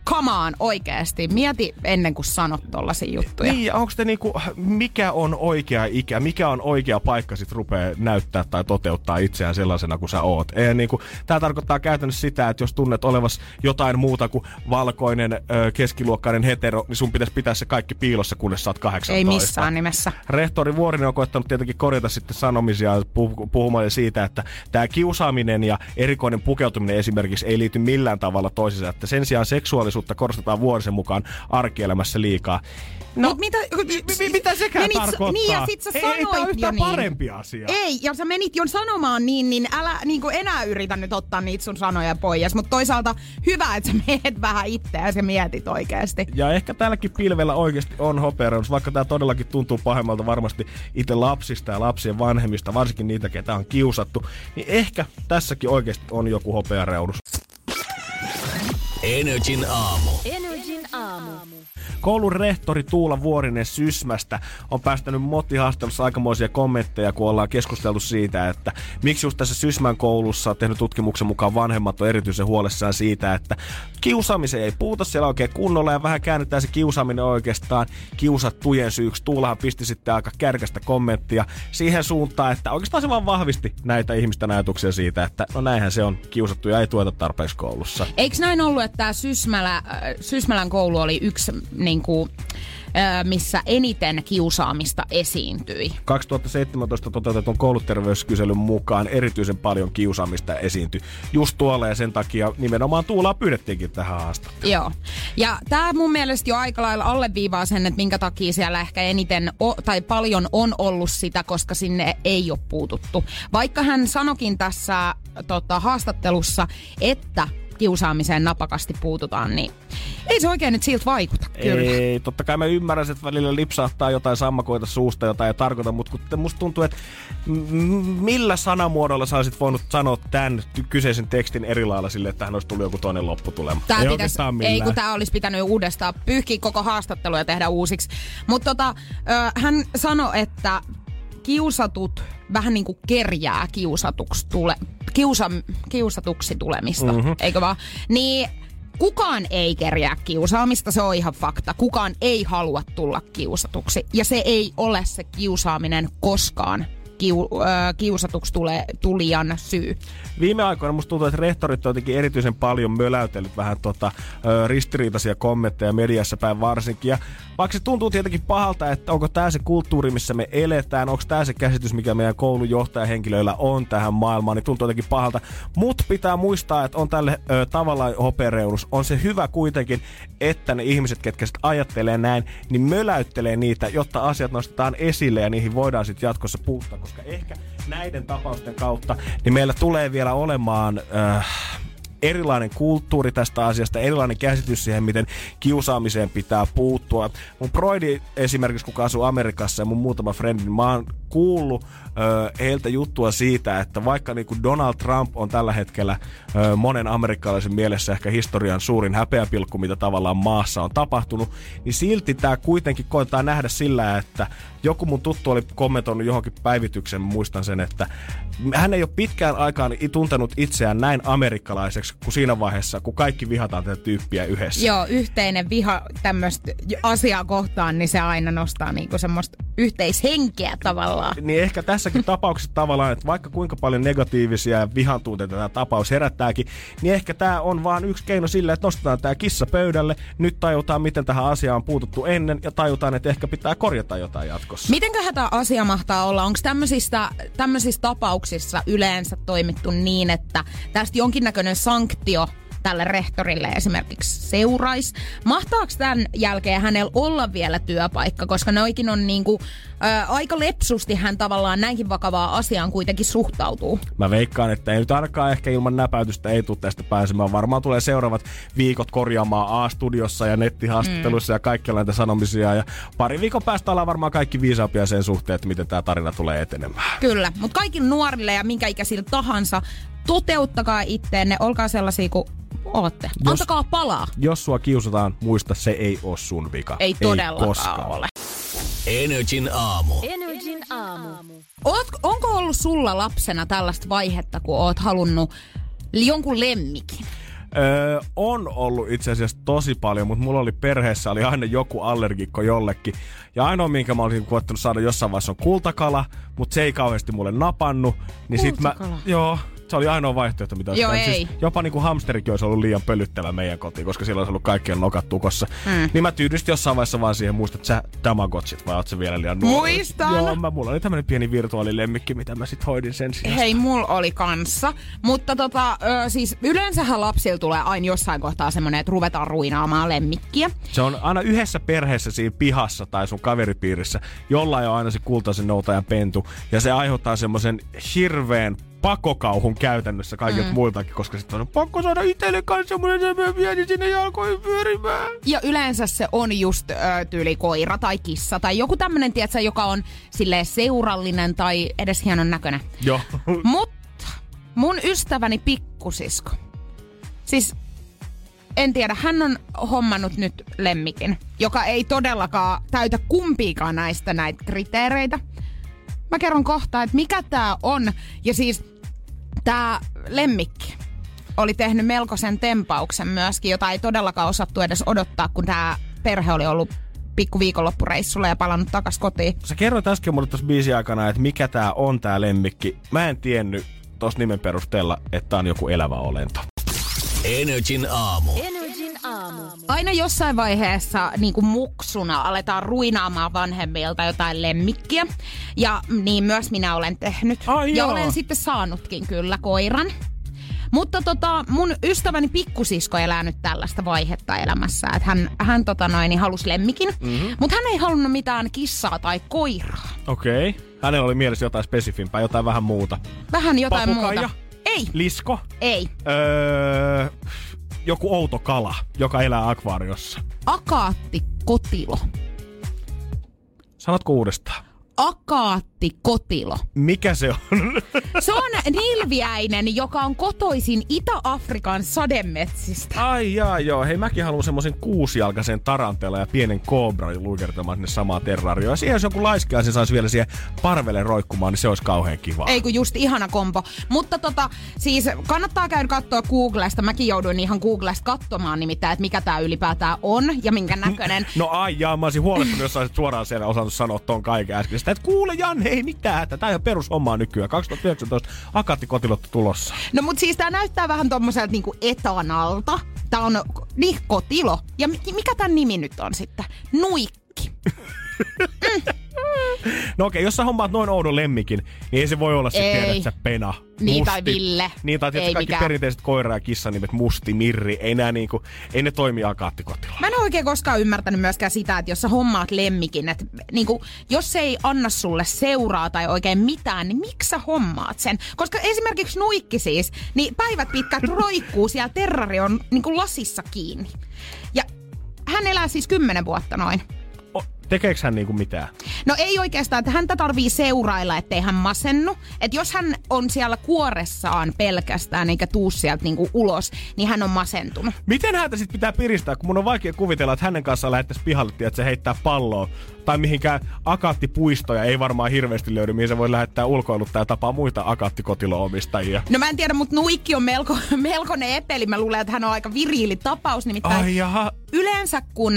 S5: come on, oikeesti. Mieti ennen kuin sanot tollasia juttuja.
S4: Niin, onko te niinku, mikä on oikea ikä, mikä on oikea paikka sit rupee näyttää tai toteuttaa itseään sellaisena kuin sä oot. Niinku, tää tarkoittaa käytännössä sitä, että jos tunnet olevas jotain muuta kuin valkoinen, keskiluokkainen hetero, niin sun pitäisi pitää se kaikki piilossa, kunnes sä oot 18.
S5: Ei missään nimessä.
S4: Rehtori Vuorinen on koettanut tietenkin korjata sitten sanomisia puhumaan siitä, että tää kiusaaminen ja erikoinen pukeutuminen esimerkiksi ei liity millään tavalla toisiinsa, että sen sijaan seksuaalisuutta korostetaan Vuorisen mukaan arkielämässä liikaa. No, mitä sekään tarkoittaa?
S5: Niin, ja sit sä sanoit
S4: ei tää yhtään
S5: niin.
S4: parempi asia.
S5: Ei, ja sä menit jo sanomaan niin älä niinku enää yritä nyt ottaa niitä sun sanoja pois. Mutta toisaalta hyvä, että sä meet vähän itseäsi ja mietit oikeesti.
S4: Ja ehkä tälläkin pilvellä oikeasti on hopeareunus, vaikka tää todellakin tuntuu pahemmalta varmasti itse lapsista ja lapsien vanhemmista, varsinkin niitä, ketä on kiusattu, niin ehkä tässäkin oikeasti on joku hopeareunus.
S3: Energin aamu.
S4: Koulun rehtori Tuula Vuorinen Sysmästä on päästänyt Motti-haastattelussa aikamoisia kommentteja, kun ollaan keskusteltu siitä, että miksi just tässä Sysmän koulussa tehnyt tutkimuksen mukaan vanhemmat on erityisen huolessaan siitä, että kiusaamiseen ei puhuta siellä oikein kunnolla ja vähän käännetään se kiusaaminen oikeastaan kiusattujen syyksi. Tuulahan pisti sitten aika kärkästä kommenttia siihen suuntaan, että oikeastaan se vaan vahvisti näitä ihmisten ajatuksia siitä, että no näinhän se on, kiusattuja ei tueta tarpeeksi koulussa.
S5: Eikö näin ollut, että tämä Sysmälän koulu oli yksi missä eniten kiusaamista esiintyi?
S4: 2017 toteutetun kouluterveyskyselyn mukaan erityisen paljon kiusaamista esiintyi just tuolla ja sen takia nimenomaan Tuulaa pyydettiinkin tähän haastatteluun.
S5: Joo. Ja tämä mun mielestä jo aika lailla alleviivaa sen, että minkä takia siellä ehkä eniten tai paljon on ollut sitä, koska sinne ei ole puututtu. Vaikka hän sanokin tässä haastattelussa, että kiusaamiseen napakasti puututaan, niin ei se oikein nyt siltä vaikuta, kyllä.
S4: Ei, totta kai mä ymmärrän, että välillä lipsahtaa jotain sammakoita suusta, jotain ei tarkoita, mutta musta tuntuu, että millä sanamuodolla sä olisit voinut sanoa tämän kyseisen tekstin eri lailla sille, että hän olisi tullut joku toinen lopputulema.
S5: Ei, kun tää olisi pitänyt uudestaan pyyhkiä koko haastattelu ja tehdä uusiksi. Mutta hän sanoi, että kiusatut vähän niin kuin kerjää kiusatuksi tulemista, eikö vaan? Niin kukaan ei kerjää kiusaamista, se on ihan fakta. Kukaan ei halua tulla kiusatuksi. Ja se ei ole se kiusaaminen koskaan kiusatuksi tulijan syy.
S4: Viime aikoina musta tuntuu, että rehtorit on jotenkin erityisen paljon möläytellyt vähän ristiriitaisia kommentteja mediassa päin varsinkin. Ja vaikka se tuntuu tietenkin pahalta, että onko tämä se kulttuuri, missä me eletään, onko tämä se käsitys, mikä meidän koulujohtajahenkilöillä on tähän maailmaan, niin tuntuu jotenkin pahalta. Mutta pitää muistaa, että on tälle tavallaan hopeareunus. On se hyvä kuitenkin, että ne ihmiset, ketkä sit ajattelee näin, niin möläyttelee niitä, jotta asiat nostetaan esille ja niihin voidaan sitten jatkossa puuttua, koska ehkä näiden tapausten kautta niin meillä tulee vielä olemaan erilainen kulttuuri tästä asiasta, erilainen käsitys siihen, miten kiusaamiseen pitää puuttua. Mun broidi esimerkiksi, kuka asuu Amerikassa ja mun muutama frendi, niin mä oon kuullut heiltä juttua siitä, että vaikka niin kuin Donald Trump on tällä hetkellä monen amerikkalaisen mielessä ehkä historian suurin häpeäpilkku, mitä tavallaan maassa on tapahtunut, niin silti tämä kuitenkin koetaan nähdä sillä, että joku mun tuttu oli kommentoinut johonkin päivityksen, muistan sen, että hän ei ole pitkään aikaan tuntenut itseään näin amerikkalaiseksi kuin siinä vaiheessa, kun kaikki vihataan tätä tyyppiä yhdessä.
S5: Joo, yhteinen viha tämmöistä asiaa kohtaan, niin se aina nostaa niinku semmoista yhteishenkeä tavallaan.
S4: Niin ehkä tässäkin tapauksessa tavallaan, että vaikka kuinka paljon negatiivisia ja vihantunteita tämä tapaus herättääkin, niin ehkä tämä on vaan yksi keino sille, että nostetaan tämä kissa pöydälle, nyt tajutaan, miten tähän asiaan on puututtu ennen ja tajutaan, että ehkä pitää korjata jotain jatkossa.
S5: Mitenköhän tämä asia mahtaa olla? Onko tämmöisissä tapauksissa yleensä toimittu niin, että tästä jonkinnäköinen sanktio tälle rehtorille esimerkiksi seuraisi? Mahtaako tämän jälkeen hänellä olla vielä työpaikka? Koska noikin on niinku, aika lepsusti hän tavallaan näinkin vakavaa asiaan kuitenkin suhtautuu.
S4: Mä veikkaan, että ei nyt ainakaan ehkä ilman näpäytystä ei tule tästä pääsemään. Varmaan tulee seuraavat viikot korjaamaan A-studiossa ja nettihaastatteluissa ja kaikkialla näitä sanomisia. Ja pari viikon päästä ollaan varmaan kaikki viisaampia sen suhteen, että miten tämä tarina tulee etenemään.
S5: Kyllä, mutta kaikille nuorille ja minkä ikäisillä tahansa, toteuttakaa itteenne, olkaa sellaisia kuin ootte. Antakaa palaa.
S4: Jos sua kiusataan, muista, se ei ole sun vika.
S5: Ei todellakaan ole.
S3: Energin aamu.
S5: Onko ollut sulla lapsena tällaista vaihetta, kun oot halunnut jonkun lemmikin?
S4: On ollut itse asiassa tosi paljon, mutta mulla oli perheessä oli aina joku allergikko jollekin. Ja ainoa, minkä mä olisin koettanut saada jossain vaiheessa on kultakala, mutta se ei kauheasti mulle napannut. Niin sit se oli ainoa vaihtoehto, mitä olisi siis jopa niin kuin hamsterikin olisi ollut liian pölyttävä meidän kotiin, koska silloin olisi ollut kaikkien nokat tukossa. Niin mä tyydystin jossain vaiheessa vaan siihen, muistat sä Tamagotchit vai oot sä vielä liian nuori?
S5: Muistan!
S4: Joo, mulla oli tämmönen pieni virtuaalilemmikki, mitä mä sit hoidin sen sijasta.
S5: Hei, mulla oli kanssa. Mutta siis yleensähän lapsilla tulee aina jossain kohtaa semmonen, että ruvetaan ruinaamaan lemmikkiä.
S4: Se on aina yhdessä perheessä siinä pihassa tai sun kaveripiirissä, jollain on aina se kultaisen noutajan pentu. Ja se aiheuttaa semmoisen hirveän pakokauhun käytännössä kaikilta muiltakin, koska sitten on pakko saada itselle kanssa semmoinen pieni sinne jalkoihin pyörimään.
S5: Ja yleensä se on just tyyli koira tai kissa tai joku tämmönen, tietsä, joka on silleen seurallinen tai edes hienon näköinen.
S4: Joo.
S5: Mutta mun ystäväni pikkusisko, siis en tiedä, hän on hommannut nyt lemmikin, joka ei todellakaan täytä kumpiikaan näitä kriteereitä. Mä kerron kohta, että mikä tää on. Ja siis tää lemmikki oli tehnyt melkoisen tempauksen myöskin, jota ei todellakaan osattu edes odottaa, kun tää perhe oli ollut pikku viikonloppureissulla ja palannut takas kotiin.
S4: Sä kerroit äsken mulle tuossa biisin aikana, että mikä tää on tää lemmikki. Mä en tiennyt tossa nimen perusteella, että tää on joku elävä olento.
S3: Energin aamu.
S5: Aina jossain vaiheessa niin kuin muksuna aletaan ruinaamaan vanhemmilta jotain lemmikkiä. Ja niin myös minä olen tehnyt. Ja olen sitten saanutkin kyllä koiran. Mutta mun ystäväni pikkusisko elää nyt tällaista vaihetta elämässä. Että hän halusi lemmikin, mutta hän ei halunnut mitään kissaa tai koiraa.
S4: Okei. Hänellä oli mielessä jotain spesifimpää, jotain vähän muuta.
S5: Vähän jotain
S4: Papukaija?
S5: Muuta. Ei.
S4: Lisko?
S5: Ei.
S4: Joku outo kala, joka elää akvaariossa.
S5: Akaattikotilo.
S4: Sanotko uudestaan?
S5: Akaattikotilo.
S4: Mikä se on?
S5: Se on nilviäinen, joka on kotoisin Itä-Afrikan sademetsistä.
S4: Ai joo. Hei, mäkin haluan semmoisen kuusijalkaisen tarantella ja pienen koobran luikertamaan sinne samaa terrarioon. Ja siihen jos joku laiskiaisen saisi vielä siihen parvelle roikkumaan, niin se olisi kauhean kivaa.
S5: Ei kun just ihana kompo. Mutta siis kannattaa käydä katsoa Googlesta. Mäkin jouduin ihan Googlesta katsomaan nimittäin, että mikä tää ylipäätään on ja minkä näköinen.
S4: No mä olisin huolestunut, jos olisit suoraan siellä osannut sanoa ton kaiken äsken. Että kuule Janne, ei mitään, tää on ihan perushommaa nykyään. 2019 akaatikotilot tulossa.
S5: No mut siis tää näyttää vähän tommoselta niinku etanalta. Tää on kotilo. Ja mikä tän nimi nyt on sitten? Nuikki.
S4: No okei, jos sä hommaat noin oudon lemmikin, niin ei se voi olla sitten tiedät sä Pena,
S5: niin,
S4: Musti.
S5: Tai Ville.
S4: Niin, tai tietysti kaikki perinteiset koira- ja kissanimet, Musti, Mirri, ei ne toimi akaattikotiloilla.
S5: Mä en oikein koskaan ymmärtänyt myöskään sitä, että jos sä hommaat lemmikin, että niinku, jos se ei anna sulle seuraa tai oikein mitään, niin miksi sä hommaat sen? Koska esimerkiksi Nuikki siis, niin päivät pitkät roikkuu siellä terrarion niinku lasissa kiinni. Ja hän elää siis 10 vuotta noin.
S4: Tekeekö hän niinku mitään?
S5: No ei oikeastaan, että häntä tarvii seurailla, ettei hän masennu. Että jos hän on siellä kuoressaan pelkästään eikä tuu sieltä niinku ulos, niin hän on masentunut.
S4: Miten häntä sit pitää piristää, kun mun on vaikea kuvitella, että hänen kanssaan lähettäisiin pihalle, että se heittää palloa. Tai mihinkään akaattipuistoja ei varmaan hirveästi löydy, mihin se voi lähettää ulkoiluttaa ja tapaa muita akaattikotiloomistajia.
S5: No mä en tiedä, mutta Nuikki on melkoinen epeli. Mä luulen, että hän on aika viriili tapaus. Nimittäin yleensä kun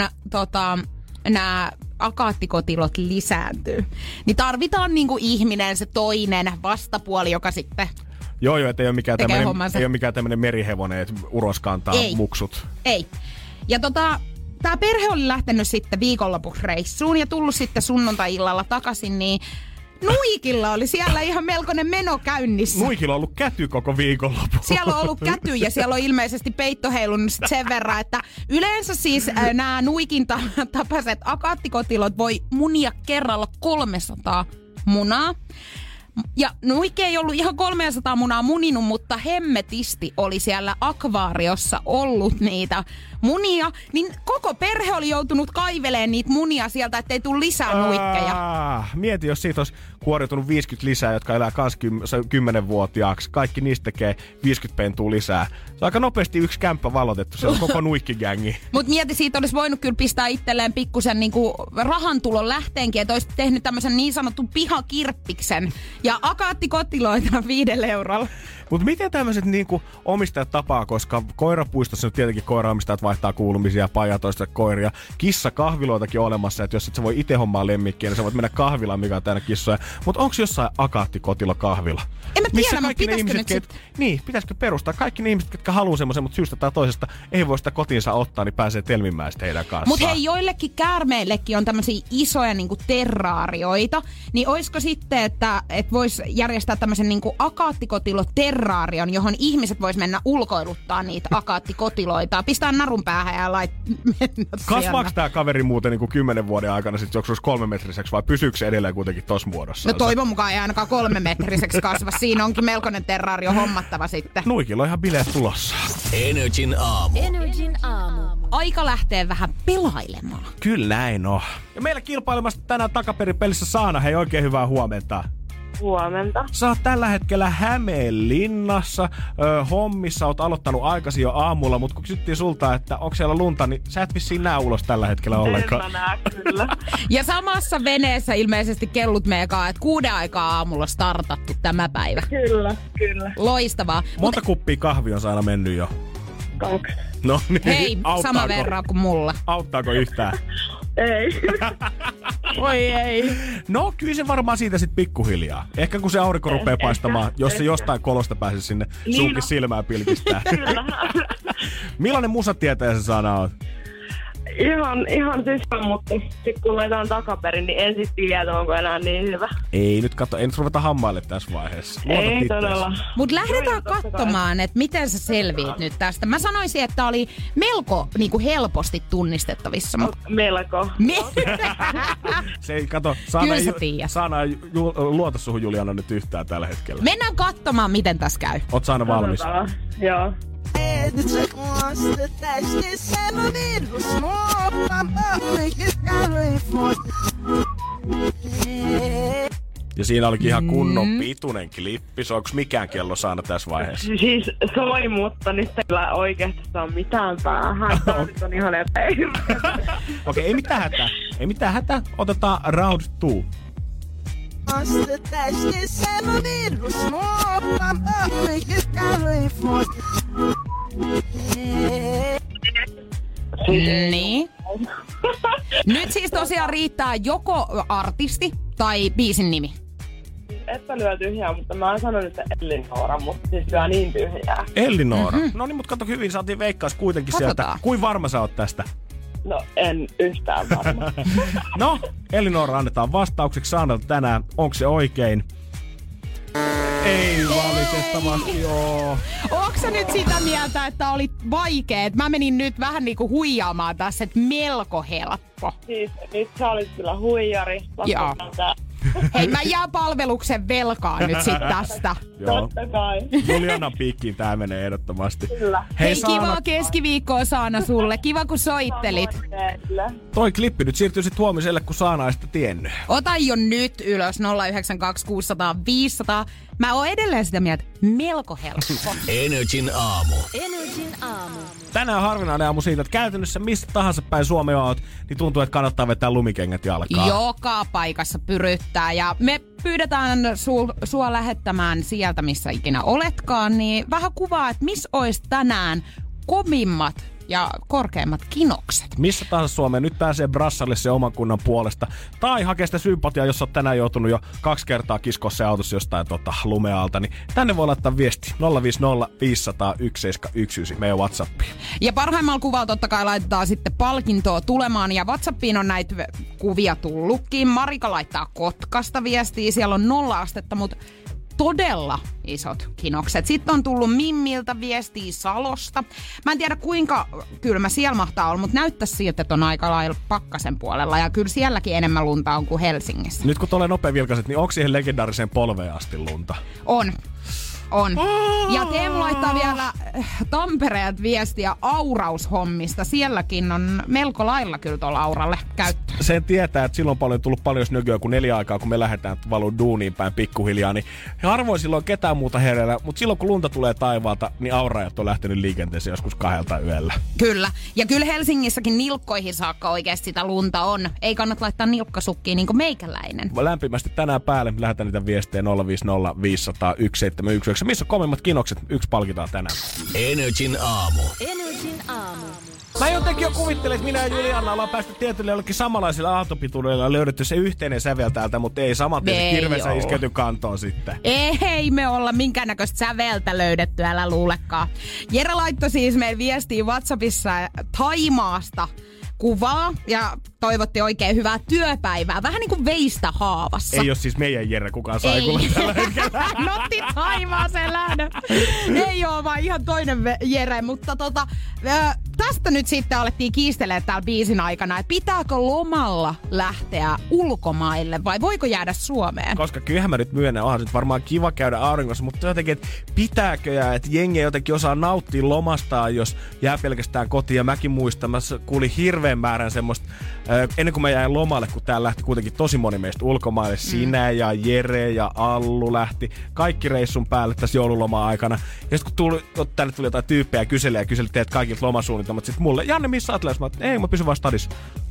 S5: nämä akaattikotilot lisääntyy, niin tarvitaan niinku ihminen, se toinen vastapuoli, joka sitten
S4: Joo, että ei ole mikään tämmönen merihevonen, että uros kantaa muksut.
S5: Ei. Ja tää perhe oli lähtenyt sitten viikonlopuksi reissuun ja tullut sitten sunnuntai-illalla takaisin, niin Nuikilla oli siellä ihan melkoinen meno käynnissä.
S4: Nuikilla on ollut käty koko viikonloppu.
S5: Siellä on ollut käty ja siellä on ilmeisesti peitto heilunut sen verran, että yleensä siis nämä Nuikin tapaiset akaattikotilot voi munia kerralla 300 munaa. Ja Nuikki ei ollut ihan 300 munaa muninut, mutta hemmetisti oli siellä akvaariossa ollut niitä munia. Niin koko perhe oli joutunut kaivelemaan niitä munia sieltä, ettei tule lisää nuikkeja.
S4: Mieti, jos siitä olisi kuoriutunut 50 lisää, jotka elää kans 10-vuotiaaksi. Kaikki niistä tekee 50 pentua lisää. Se on aika nopeasti yksi kämppä valotettu. Se on koko nuikkigängi.
S5: Mut mieti, siitä olisi voinut kyllä pistää itselleen pikkusen niinku rahantulon lähteenkin, että olisi tehnyt tämmöisen niin sanotun pihakirppiksen. Ja akaattikotiloita 5 eurolla.
S4: Mutta miten tämmöiset niinku omistajat tapaa, koska koirapuistossa nyt tietenkin koiraomistajat vaihtaa kuulumisia ja pajaa toista koiria. Kissakahviloitakin on olemassa, että jos et sä voi itse hommaa lemmikkiä, niin sä voit mennä kahvilaan, mikä on täynnä kissoja. Mutta onko jossain akaattikotillo kahvila?
S5: En mä tiedä, mutta pitäisikö nyt
S4: Niin, pitäisikö perustaa? Kaikki ne ihmiset, jotka haluaa semmoisen, mutta syystä tai toisesta ei voi sitä kotiinsa ottaa, niin pääsee telmimään sitten heidän kanssaan.
S5: Mutta hei, joillekin käärmeillekin on tämmöisiä isoja niinku terraarioita, niin olisiko sitten, että vois järjestää tämmöisen niinku akaattikotiloterraarion, johon ihmiset vois mennä ulkoiluttaa niitä akaattikotiloita, pistää narun päähän ja
S4: kasvaako tää kaveri muuten niinku 10 vuoden aikana sit joksuus 3-metriseksi vai pysyykö se edelleen kuitenkin tossa muodossa?
S5: No toivon mukaan ei ainakaan 3-metriseksi kasva. Siinä onkin melkoinen terraario hommattava sitten.
S4: Nuikilla on ihan bileet tulossa.
S3: Energin aamu.
S5: Aika lähtee vähän pelailemaan.
S4: Kyllä näin on. Ja meillä kilpailemassa tänään takaperipelissä Saana. Hei, oikein hyvää huomenta.
S7: Huomenta.
S4: Sä oot tällä hetkellä Hämeenlinnassa. Hommissa oot aloittanut aikaisin jo aamulla, mutta kun kysyttiin sulta, että onko siellä lunta, niin sä et vissiin näe ulos tällä hetkellä ollenkaan.
S7: En mä näe, kyllä.
S5: Ja samassa veneessä ilmeisesti kellut meekaa, että 6 aikaa aamulla startattu tämä päivä.
S7: Kyllä.
S5: Loistavaa.
S4: Monta kuppia kahvia on Saana mennyt jo?
S7: 2.
S4: No niin,
S5: Hei,
S4: auttaako?
S5: sama verran kuin mulla.
S4: Auttaako yhtään?
S7: Ei.
S5: Oi ei.
S4: No kyllä se varmaan siitä sit pikkuhiljaa. Ehkä kun se aurinko rupeaa paistamaan, jos se jostain kolosta pääsee sinne sunkin silmään pilkistää.
S7: Kyllä.
S4: Millainen musatietäjä se Saana on?
S7: Ihan sysvä, mutta sit kun laitetaan takaperin, niin en sit tiedä, onko enää niin hyvä.
S4: Ei nyt ruveta hammaille tässä vaiheessa.
S7: Ei todella.
S5: Mut lähdetään katsomaan, että miten sä selviit nyt tästä. Mä sanoisin, että oli melko niinku helposti tunnistettavissa.
S7: Melko.
S4: Se ei, kato, Saana ei luota suhun Juliana nyt yhtään tällä hetkellä.
S5: Mennään katsomaan, miten tässä käy.
S4: Oot Saana valmis?
S7: Joo.
S4: Ja siinä olikin ihan kunnon pituinen klippi. Onko mikään kello Saana tässä vaiheessa?
S7: Siis soi, mutta nyt ei kyllä oikeasti saa mitään päähän. Tämä on ihan epäilmiä.
S4: Okei, ei mitään hätää. Otetaan round 2.
S5: Niin. Nyt siis tosiaan riittää joko artisti tai biisin nimi.
S7: Etpä lyö tyhjää, mutta mä oon sanonut, että Elinora, mutta siis lyö niin tyhjää.
S4: Elinora. No niin, mutta kato, hyvin saatiin veikkaus kuitenkin sieltä. Kuin varma sä oot tästä?
S7: No, en yhtään varma.
S4: No, Elinora annetaan vastaukseksi Saanalta tänään. Onko se oikein? Ei valitettavasti joo.
S5: Onko sä nyt sitä mieltä, että oli vaikeet? Mä menin nyt vähän niinku huijaamaan tässä, että melko helppo.
S7: Siis nyt sä olit kyllä huijari.
S5: Joo. Hei, mä jään palveluksen velkaan nyt sit tästä.
S7: Totta kai.
S4: Julianan piikkiin tää menee ehdottomasti.
S7: Kyllä.
S5: Hei kivaa keskiviikkoa Saana sulle. Kiva kun soittelit.
S4: Toi klippi nyt siirtyy sit huomiselle, kun Saana ei sitä tiennyt.
S5: Ota jo nyt ylös 092 600 500. Mä oon edelleen sitä mieltä, melko helppo.
S3: Energin aamu.
S4: Tänään on harvinainen aamu siitä, että käytännössä mistä tahansa päin Suomea oot, niin tuntuu, että kannattaa vetää lumikengät jalkaan.
S5: Joka paikassa pyryttää ja me pyydetään sua lähettämään sieltä, missä ikinä oletkaan, niin vähän kuvaa, että missä olisi tänään kovimmat ja korkeimmat kinokset.
S4: Missä tahansa Suomeen nyt pääsee brassalle se oman kunnan puolesta. Tai hakee sitä sympatiaa, jos oot tänään joutunut jo 2 kertaa kiskoa se autossa jostain lumealta, niin tänne voi laittaa viesti 050 500 1719 meidän WhatsAppiin.
S5: Ja parhaimmalla kuvalla totta kai laitetaan sitten palkintoa tulemaan ja WhatsAppiin on näitä kuvia tullutkin. Marika laittaa Kotkasta viestiä, siellä on 0 astetta, mutta todella isot kinokset. Sitten on tullut Mimmiltä viestiä Salosta. Mä en tiedä kuinka kylmä siellä mahtaa olla, mutta näyttäisi siltä, että on aika lailla pakkasen puolella. Ja kyllä sielläkin enemmän lunta on kuin Helsingissä.
S4: Nyt kun tulee nopea vilkaiset, niin onko siihen legendaariseen polveen asti lunta?
S5: On. Ja Teemu laittaa vielä Tampereelta viestiä auraushommista. Sielläkin on melko lailla kyllä tuolla auralle käyttö.
S4: Sen tietää, että silloin on tullut paljon snögyä kuin 4 aikaa, kun me lähdetään valuu duuniin päin pikkuhiljaa. Niin harvoin silloin ketään muuta hereillä, mutta silloin kun lunta tulee taivaalta, niin auraajat on lähtenyt liikenteeseen joskus 2 yöllä.
S5: Kyllä. Ja kyllä Helsingissäkin nilkkoihin saakka oikeasti sitä lunta on. Ei kannata laittaa nilkkasukkiin niin kuin meikäläinen.
S4: Lämpimästi tänään päälle. Lähetän niitä viestejä 050 500 1719. Missä on kovimmat kinokset? 1 palkitaan tänään.
S3: Energin aamu.
S4: Mä jotenkin jo kuvittelen, että minä ja Julianna ollaan päästy tietylle jollekin samanlaisilla aaltopituudella ja löydetty se yhteinen sävel täältä, mutta ei saman hirveänsä iskeyty kantoon sitten.
S5: Ei me olla minkäännäköistä säveltä löydetty, älä luulekaan. Jere laittoi siis meidän viestiä WhatsAppissa Thaimaasta kuvaa ja toivotti oikein hyvää työpäivää. Vähän niin kuin veistä haavassa.
S4: Ei ole siis meidän Jere kukaan sai kuulla tällä hetkellä.
S5: Notti Thaimaaseen lähdön. Ei oo vaan ihan toinen Jere, mutta tästä nyt sitten alettiin kiistelemään täällä biisin aikana, että pitääkö lomalla lähteä ulkomaille vai voiko jäädä Suomeen?
S4: Koska kyllähän mä nyt myönnän, onhan nyt varmaan kiva käydä auringossa, mutta jotenkin, että pitääkö ja että jengi jotenkin osaa nauttia lomastaan, jos jää pelkästään kotiin. Ja mäkin muistan, mä kuulin hirveän määrän semmoista, ennen kuin mä jäin lomalle, kun täällä lähti kuitenkin tosi moni meistä ulkomaille. Sinä ja Jere ja Allu lähti kaikki reissun päälle tässä joululomaa aikana. Ja sitten kun tänne tuli jotain tyyppejä ja kyseli teet kaikilta lomasuunnitelmat, sitten mulle, Janne, missä oot lähes? Ei, mä pysyn vaan stadissa.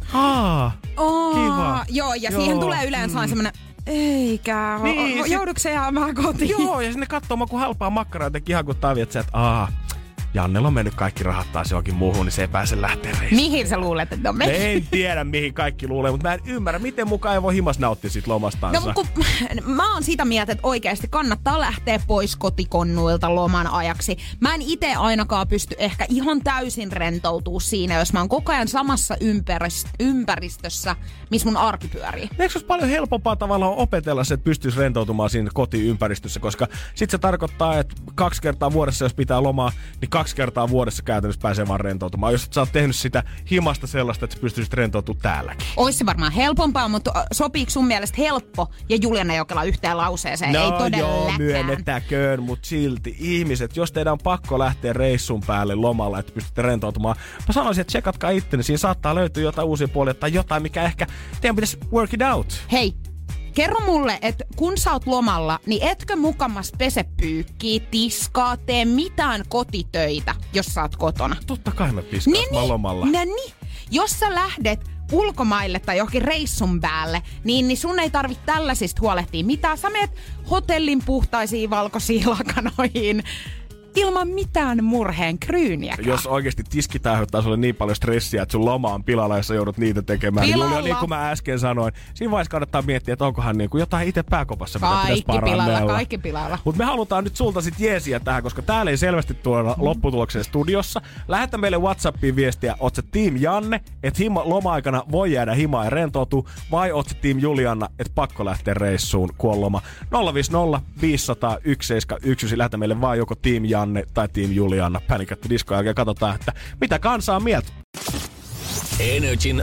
S4: Kiva.
S5: Joo, ja siihen tulee yleensä semmoinen, eikä, niin, joudutko se jäämään kotiin?
S4: Joo, ja sinne katsoo kun halpaa makkaraa jotenkin ihan kuin Tavi, että Jannella on mennyt kaikki rahat taas johonkin muuhun, niin se ei pääse lähteä reissuun.
S5: Mihin sä luulet, että on mennyt?
S4: En tiedä, mihin kaikki luulee, mutta mä en ymmärrä, miten mukaan ei voi himas nauttia siitä lomastansa.
S5: No kun mä oon sitä mieltä, että oikeasti kannattaa lähteä pois kotikonnuilta loman ajaksi. Mä en itse ainakaan pysty ehkä ihan täysin rentoutuu siinä, jos mä oon koko ajan samassa ympäristössä, missä mun arki pyörii.
S4: Eikö se olisi paljon helpompaa tavallaan opetella se, että pystyisi rentoutumaan siinä kotiympäristössä, koska sit se tarkoittaa, että 2 kertaa vuodessa, jos pitää lomaa, niin 2 kertaa vuodessa käytännössä pääsee vaan rentoutumaan. Jos sä oot tehnyt sitä himasta sellaista, että sä pystyisit rentoutumaan täälläkin.
S5: Ois se varmaan helpompaa, mutta sopiiko sun mielestä helppo ja Juliana Jokela yhteen lauseeseen?
S4: No
S5: ei todellakaan.
S4: Joo, myönnettäköön, mutta silti ihmiset, jos teidän on pakko lähteä reissun päälle lomalla, että pystytte rentoutumaan, mä sanoisin, että tsekatkaa itteni, siinä saattaa löytyä jotain uusia puolia tai jotain, mikä ehkä teidän pitäisi work it out.
S5: Hei, kerro mulle, että kun sä oot lomalla, niin etkö mukamas pese pyykkiä, tiskaa, tee mitään kotitöitä, jos sä oot kotona?
S4: Totta kai mä piskaan, mä oon lomalla.
S5: Jos sä lähdet ulkomaille tai johonkin reissun päälle, niin sun ei tarvitse tällaisista huolehtia mitään. Sä meet hotellin puhtaisiin valkoisiin lakanoihin ilman mitään murheen kryyniäkään.
S4: Jos oikeasti tiskit aiheuttaa sulle niin paljon stressiä, että sun loma on pilalla, jos sä joudut niitä tekemään.
S5: Pilalla.
S4: Niin kuin mä äsken sanoin, siinä vaiheessa kannattaa miettiä, että onkohan niin kuin jotain itse pääkopassa, mitä pitäisi parannella.
S5: Kaikki pilalla.
S4: Mutta me halutaan nyt sulta sit jeesiä tähän, koska täällä ei selvästi tuoda lopputulokseen studiossa. Lähetä meille WhatsAppiin viestiä, oot sä Team Janne, että loma-aikana voi jäädä himaan ja rentoutua, vai oot sä Team Julianna, että pakko lähteä reissuun, kun on loma. 050 500 1719. Lähetä meille vaan joko Team Janne tai Team Julianna. Pänikätty diskoa jälkeen katsotaan, että mitä kansaa mieltä.
S3: Energin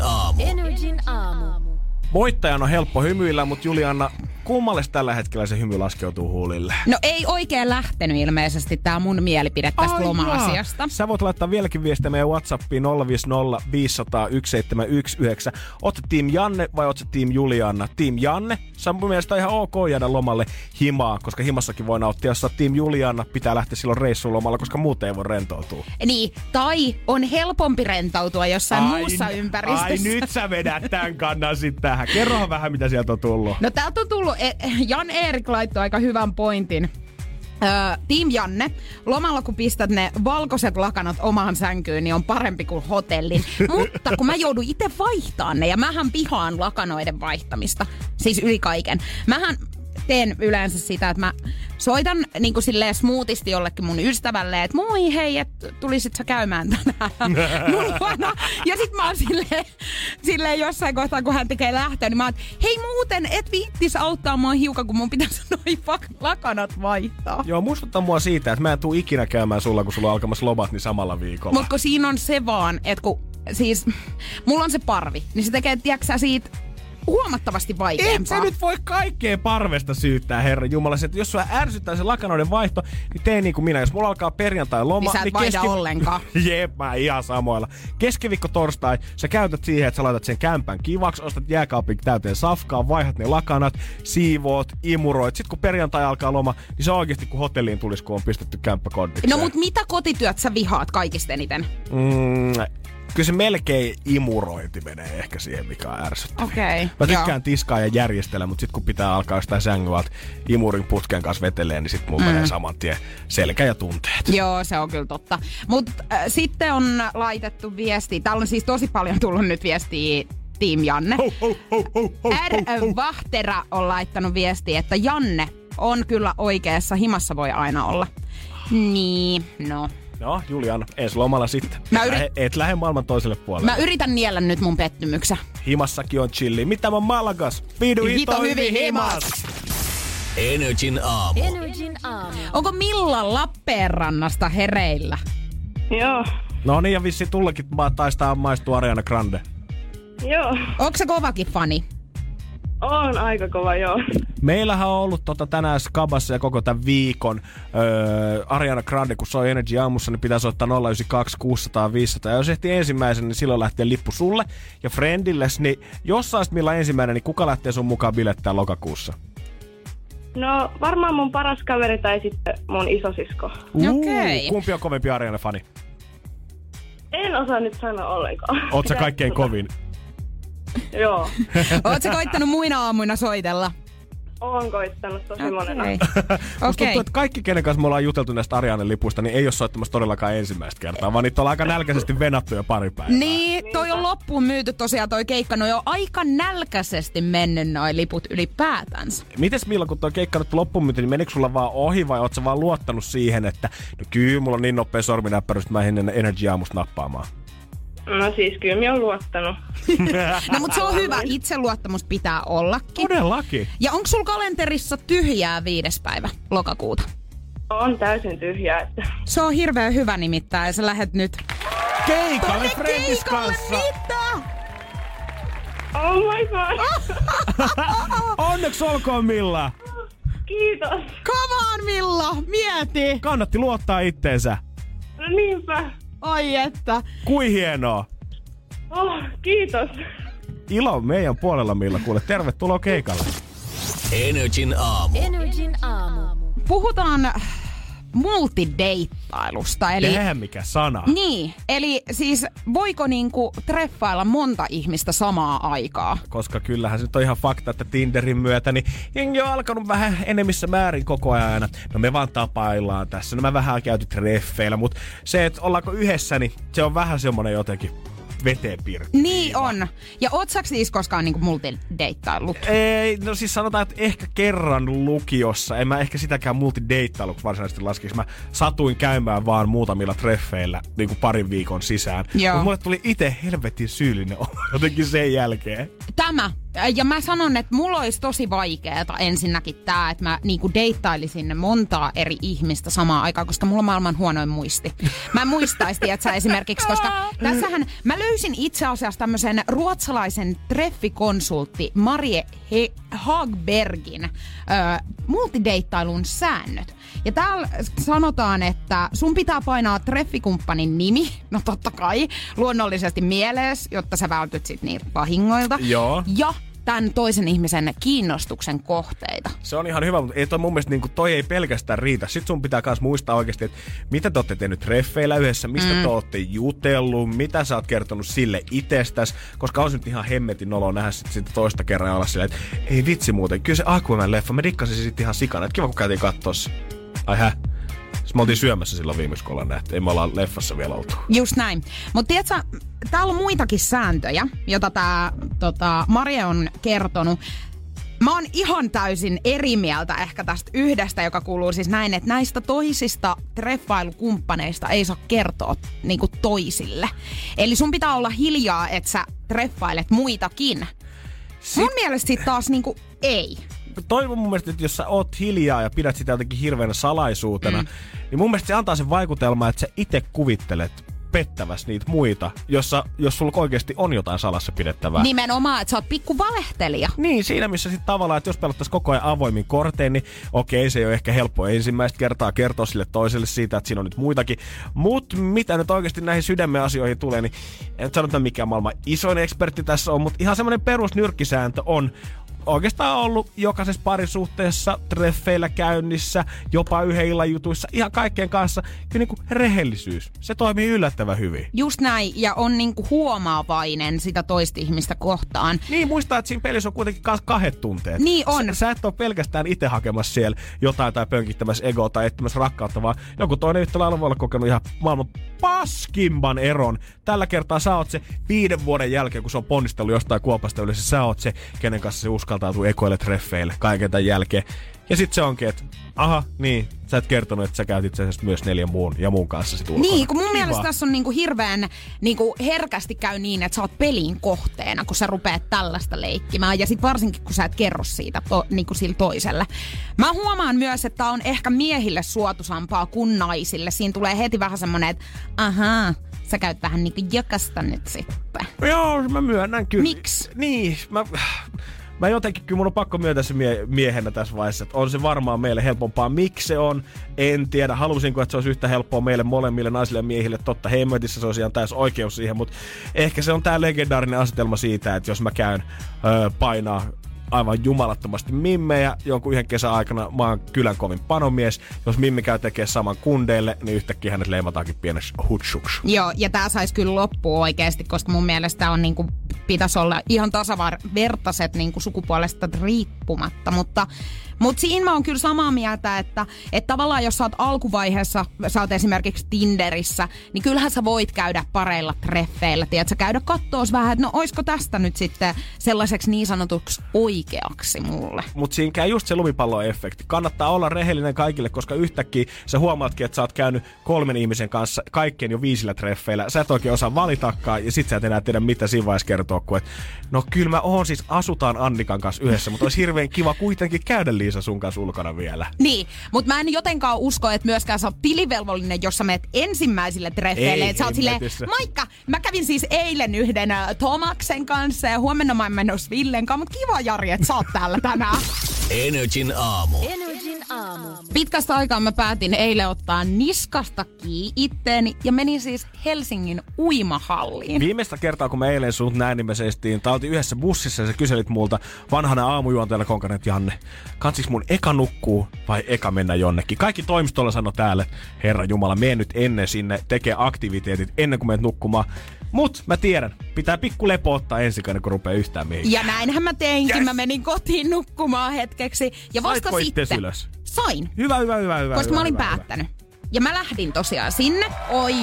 S3: aamu.
S4: Voittajan on helppo hymyillä, mutta Julianna, kummalle tällä hetkellä se hymy laskeutuu huulille?
S5: No ei oikein lähtenyt ilmeisesti tää mun mielipide tästä loma-asiasta.
S4: Sä voit laittaa vieläkin viestiä meidän WhatsAppiin 050 500 1719. Oot sä Team Janne vai oot sä Team Julianna? Team Janne, se on mun mielestä ihan ok jäädä lomalle himaa, koska himassakin voi nauttia. Jos sä oot Team Julianna, pitää lähteä silloin reissuun lomalla, koska muuten ei voi rentoutua.
S5: Niin, tai on helpompi rentoutua jossain muussa ympäristössä.
S4: Ai nyt sä vedät tämän kannan sit tähän. Kerrohan vähän, mitä sieltä on tullut.
S5: No täältä on tullut, Jan-Erik laittoi aika hyvän pointin. Team Janne, lomalla kun pistät ne valkoiset lakanat omaan sänkyyn, niin on parempi kuin hotellin. Mutta kun mä joudun itse vaihtaa ne, ja mähän pihaan lakanoiden vaihtamista, siis yli kaiken. Mähän teen yleensä sitä, että mä soitan niin kuin silleen smoothisti jollekin mun ystävälle, että moi hei, että tulisit sä käymään tänään mun luona. Ja sit mä oon silleen jossain kohtaa, kun hän tekee lähtöä, niin mä oon, hei muuten et viittis auttaa mua hiukan, kun mun pitäisi noi lakanat vaihtaa.
S4: Joo, muistuttaa mua siitä, että mä en tuu ikinä käymään sulla, kun sulla on alkamassa lomat, niin samalla viikolla.
S5: Mut kun siinä on se vaan, että kun siis mulla on se parvi, niin se tekee, tiiäksä, siitä huomattavasti vaikeampaa.
S4: Et sä nyt voi kaikkea parvesta syyttää, herra jumala. Että jos sua ärsyttää se lakanoiden vaihto, niin tee niin kuin minä. Jos mulla alkaa perjantai loma,
S5: niin sä et vaihda ollenkaan.
S4: Jep, mä ihan samoilla. Keskiviikko torstai, sä käytät siihen, että sä laitat sen kämpän kivaksi, ostat jääkaapin täyteen safkaa, vaihdat ne lakanat, siivoot, imuroit. Sitten kun perjantai alkaa loma, niin se on oikeasti kun hotelliin tulisi, kun on pistetty kämppä kondikseen.
S5: No mut mitä kotityöt sä vihaat kaikista eniten?
S4: Kyllä se melkein imurointi menee ehkä siihen, mikä on ärsyttävää.
S5: Okei.
S4: Mä tykkään tiskaa ja järjestellä, mutta sit kun pitää alkaa jostain sängyltä imurin putken kanssa veteleen, niin sit mulla menee saman tien selkä ja tunteet.
S5: Joo, se on kyllä totta. Mutta sitten on laitettu viestiä. Täällä on siis tosi paljon tullut nyt viestiä Team Janne. R. Vahtera on laittanut viestiä, että Janne on kyllä oikeassa. Himassa voi aina olla. Niin, no.
S4: No, Juliana, ensi lomalla sitten. Et lähde maailman toiselle puolelle.
S5: Mä yritän niellä nyt mun pettymyksen.
S4: Himassakin on chilli. Mitä mä Malagas? Vidu hito hyvin himas!
S3: Energin aamu.
S5: Onko Milla Lappeenrannasta hereillä?
S7: Joo.
S4: No niin, ja vissi tullakin taistaa maistua Ariana Grande.
S7: Joo.
S5: Onko se kovakin fani?
S7: On aika kova, joo.
S4: Meillähän on ollut tänään Skabassa ja koko tämän viikon Ariana Grande, kun soi Energy aamussa, niin pitää soittaa 092 600 500. Ja jos ehtii ensimmäisen, niin silloin lähtee lippu sulle ja friendilles. Niin jos saisit Milla ensimmäinen, niin kuka lähtee sun mukaan bilettää lokakuussa?
S7: No varmaan mun paras kaveri tai sitten mun isosisko.
S5: Okei.
S4: Kumpi on kovempi Ariana-fani?
S7: En osaa nyt sanoa ollenkaan.
S4: Oot sä kaikkein kovin?
S7: Joo.
S5: Oot sä koittanut muina aamuina soitella?
S7: Oon koittanut tosi monena.
S4: Musta tuntuu, että kaikki, kenen kanssa me ollaan juteltu näistä Arianen lipuista, niin ei ole soittamassa todellakaan ensimmäistä kertaa, vaan niitä on aika nälkäisesti venattu jo pari päivää.
S5: Niin, toi on loppuun myyty tosiaan toi keikka. No jo aika nälkäisesti mennyt noi liput ylipäätänsä.
S4: Mites Milla, kun toi keikka nyt loppuun myyty, niin menikö sulla vaan ohi vai oot sä vaan luottanut siihen, että no kyllä, mulla on niin nopea sorminäppärys, että mä ehdin Energy aamusta nappaamaan?
S7: No siis kyllä minä olen luottanut.
S5: No mut se on hyvä, itseluottamus pitää ollakin.
S4: Todellakin.
S5: Ja onko sulla kalenterissa tyhjää 5. päivä lokakuuta?
S7: On täysin tyhjää. Että...
S5: Se on hirveän hyvä nimittäin ja sä lähet nyt
S4: keikalle Friendis kanssa.
S5: Mitä?
S7: Oh my god.
S4: Onneksi olkoon Milla.
S7: Kiitos.
S5: Come on Milla, mieti.
S4: Kannatti luottaa itteensä.
S7: No niinpä.
S5: Ai että.
S4: Kui hienoa.
S7: Oh, kiitos.
S4: Ilo on meidän puolella Milla, kuule tervetuloa keikalle.
S3: Energin aamu.
S5: Puhutaan multideittailusta. Eli...
S4: Eihän mikä sana.
S5: Niin, eli siis voiko niinku treffailla monta ihmistä samaa aikaa?
S4: Koska kyllähän se nyt on ihan fakta, että Tinderin myötä niin jengi on alkanut vähän enemmissä määrin koko ajan. No me vaan tapaillaan tässä, no mä vähän käyty treffeillä, mutta se, että ollaanko yhdessä, niin se on vähän semmonen jotenkin veteen piirretty.
S5: Niin on. Ja oot sä siis koskaan niinku multideittaillut?
S4: Ei, no siis sanotaan, että ehkä kerran lukiossa. En mä ehkä sitäkään multideittailuksi varsinaisesti laskisi. Mä satuin käymään vaan muutamilla treffeillä niin kuin parin viikon sisään. Mutta mulle tuli itse helvetin syyllinen olo jotenkin sen jälkeen.
S5: Tämä. Ja mä sanon, että mulla olisi tosi vaikeeta ensinnäkin tää, että mä niinku deittailisin montaa eri ihmistä samaan aikaan, koska mulla on maailman huonoin muisti. Mä muistaisin, että sä esimerkiksi, koska tässähän mä löysin itse asiassa tämmöisen ruotsalaisen treffikonsultti Marie Hagbergin multideittailun säännöt. Ja täällä sanotaan, että sun pitää painaa treffikumppanin nimi, no totta kai, luonnollisesti mieleesi, jotta sä vältyt sit niiltä vahingoilta.
S4: Joo.
S5: Ja tämän toisen ihmisen kiinnostuksen kohteita.
S4: Se on ihan hyvä, mutta ei toi mun mielestä toi ei pelkästään riitä. Sitten sun pitää myös muistaa oikeasti, että mitä te ootte tehnyt treffeillä yhdessä, mistä te ootte jutellut, mitä sä oot kertonut sille itsestäs, koska on se nyt ihan hemmetin noloa nähdä sitä toista kerran ja olla silleen, että ei vitsi muuten, kyllä se Aquaman-leffa, mä dikkasin se sitten ihan sikana, että kiva kun käytiin kattossa. Ai hä? Me oltiin syömässä silloin viimeksi, kun ollaan nähty. Ei me ollaan leffassa vielä oltu.
S5: Just näin. Mutta tiedätkö, täällä on muitakin sääntöjä, joita tää Marie on kertonut. Mä oon ihan täysin eri mieltä ehkä tästä yhdestä, joka kuuluu siis näin, että näistä toisista treffailukumppaneista ei saa kertoa niinku toisille. Eli sun pitää olla hiljaa, että sä treffailet muitakin. Mun mielestä sit taas niinku ei.
S4: Toivon mun mielestä, että jos sä oot hiljaa ja pidät sitä jotenkin hirveänä salaisuutena, niin mun mielestä se antaa sen vaikutelman, että sä itse kuvittelet pettävässä niitä muita, jos sulla oikeasti on jotain salassa pidettävää.
S5: Nimenomaan, että sä oot pikku valehtelija.
S4: Niin, siinä missä sitten tavallaan, että jos pelattaisiin koko ajan avoimin kortein, niin okei, se ei ole ehkä helppo ensimmäistä kertaa kertoa sille toiselle siitä, että siinä on nyt muitakin. Mutta mitä nyt oikeasti näihin sydämen asioihin tulee, niin en nyt sanota mikä maailman isoin ekspertti tässä on, mutta ihan semmoinen perusnyrkkisääntö on oikeastaan ollut jokaisessa parisuhteessa, treffeillä käynnissä, jopa yhden illan jutuissa, ihan kaikkien kanssa. Kyllä niinku rehellisyys, se toimii yllättävän hyvin.
S5: Just näin, ja on niinku huomaavainen sitä toista ihmistä kohtaan.
S4: Niin, muistaa, että siinä pelissä on kuitenkin kahdet tunteet.
S5: Niin on.
S4: Sä et ole pelkästään itse hakemassa siellä jotain tai pönkittämässä egoa tai etsimässä rakkautta, vaan joku toinen yhtä lailla voi olla kokenut ihan maailman paskimman eron. Tällä kertaa sä oot se 5 vuoden jälkeen, kun se on ponnistellut jostain kuopasta yleensä, sä oot se, kenen kanssa se uskaltautuu ekoille treffeille kaiken tämän jälkeen. Ja sit se onkin, että aha, niin, sä et kertonut, että sä käyt itse asiassa myös 4 muun kanssa sit ulkona.
S5: Niin, kun mun mielestä tässä on niinku hirveän niinku herkästi käy niin, että sä oot pelin kohteena, kun sä rupeat tällaista leikkimään. Ja sit varsinkin, kun sä et kerro siitä niinku sille toiselle. Mä huomaan myös, että tää on ehkä miehille suotuisampaa kuin naisille. Siinä tulee heti vähän semmonen, että ahaa, sä käyt vähän niinku jokasta nyt sitten.
S4: Joo, mä myönnän kyllä.
S5: Miksi?
S4: Niin, mä jotenkin, kyllä mun on pakko myöntää se miehenä tässä vaiheessa, että on se varmaan meille helpompaa. Miksi se on? En tiedä. Halusinko, että se olisi yhtä helppoa meille molemmille naisille ja miehille. Totta, hemmetissä se olisi ihan täys oikeus siihen, mutta ehkä se on tää legendaarinen asetelma siitä, että jos mä käyn painaa aivan jumalattomasti mimmejä jonkun yhden kesän aikana, mä oon kylän kovin panomies. Jos mimmi käy tekemään saman kundeille, niin yhtäkkiä hänet leimataankin pieneksi hutsuksi.
S5: Joo, ja tää sais kyllä loppua oikeesti, koska mun mielestä on niinku, pitäisi olla ihan tasavertaiset niinku sukupuolesta riippumatta, mutta siinä mä oon kyllä samaa mieltä, että tavallaan jos sä oot alkuvaiheessa, sä oot esimerkiksi Tinderissä, niin kyllähän sä voit käydä pareilla treffeillä, tiedätkö, käydä kattoos vähän, että no oisko tästä nyt sitten sellaiseksi niin sanotuksi oikeaksi mulle.
S4: Mut siinä käy just se lumipalloefekti. Kannattaa olla rehellinen kaikille, koska yhtäkkiä sä huomaatkin, että sä oot käynyt 3 ihmisen kanssa kaikkien jo 5 treffeillä. Sä et oikein osaa valitakaan ja sit sä et enää tiedä mitä siinä vaiheessa kertoa, kun et, no kyllä mä oon siis, asutaan Annikan kanssa yhdessä, mutta olisi hirveän kiva kuitenkin käydä Liisa sun kanssa ulkona vielä.
S5: Niin, mutta mä en jotenkaan usko, että myöskään sä oot tilivelvollinen, jos sä menet ensimmäisille treffeille. Että sä oot silleen, moikka, mä kävin siis eilen yhden Tomaksen kanssa ja huomenna mä en menossa Villen kanssa, mutta kiva Jari, että sä oot täällä tänään.
S3: Energin aamu.
S5: Pitkästä aikaa mä päätin eilen ottaa niskasta kiinni itteeni ja menin siis Helsingin uimahalliin.
S4: Viimeistä kertaa, kun mä eilen sut näin, niin me seistiin, oltiin yhdessä bussissa ja sä kyselit multa vanhana aamujuonteella konkaneet, Janne, kansiks mun eka nukkuu vai eka mennä jonnekin? Kaikki toimistolla sanoi täällä, Herra Jumala, mene nyt ennen sinne, tekee aktiviteetit ennen kuin menet nukkumaan. Mut mä tiedän, pitää pikku lepo ottaa ensin, kun rupeaa yhtään mihinkään.
S5: Ja näinhän mä teinkin, yes. Mä menin kotiin nukkumaan hetkeksi. Ja vasta
S4: saitko
S5: sitten
S4: ylös?
S5: Sain.
S4: Hyvä.
S5: Koska mä olin päättänyt. Ja mä lähdin tosiaan sinne. Oi.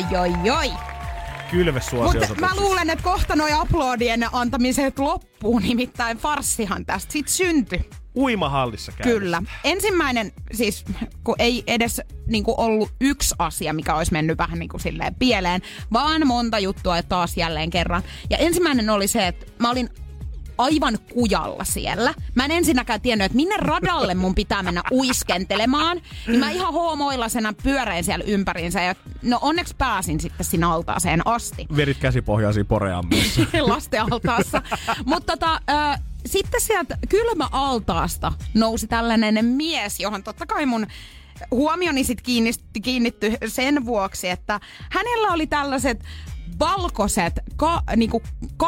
S4: Kylvesuosiosoitukset.
S5: Mutta mä luulen, että kohta noi uploadien antamiset loppuu, nimittäin farssihan tästä sit syntyi.
S4: Uimahallissa käydessä.
S5: Kyllä. Ensimmäinen, siis kun ei edes niinku ollut yksi asia, mikä olisi mennyt vähän niinku silleen pieleen, vaan monta juttua taas jälleen kerran. Ja ensimmäinen oli se, että mä olin aivan kujalla siellä. Mä en ensinnäkään tiennyt, että minne radalle mun pitää mennä uiskentelemaan. Niin mä ihan hoomoillasena pyörein siellä ympäriinsä. Ja no onneksi pääsin sitten sinne altaaseen asti.
S4: Verit käsipohjaisia poreammissa.
S5: Lasten altaassa. Mutta sitten sieltä kylmäaltaasta nousi tällainen mies, johon totta kai mun huomioni sit kiinnittyi sen vuoksi, että hänellä oli tällaiset valkoiset niinku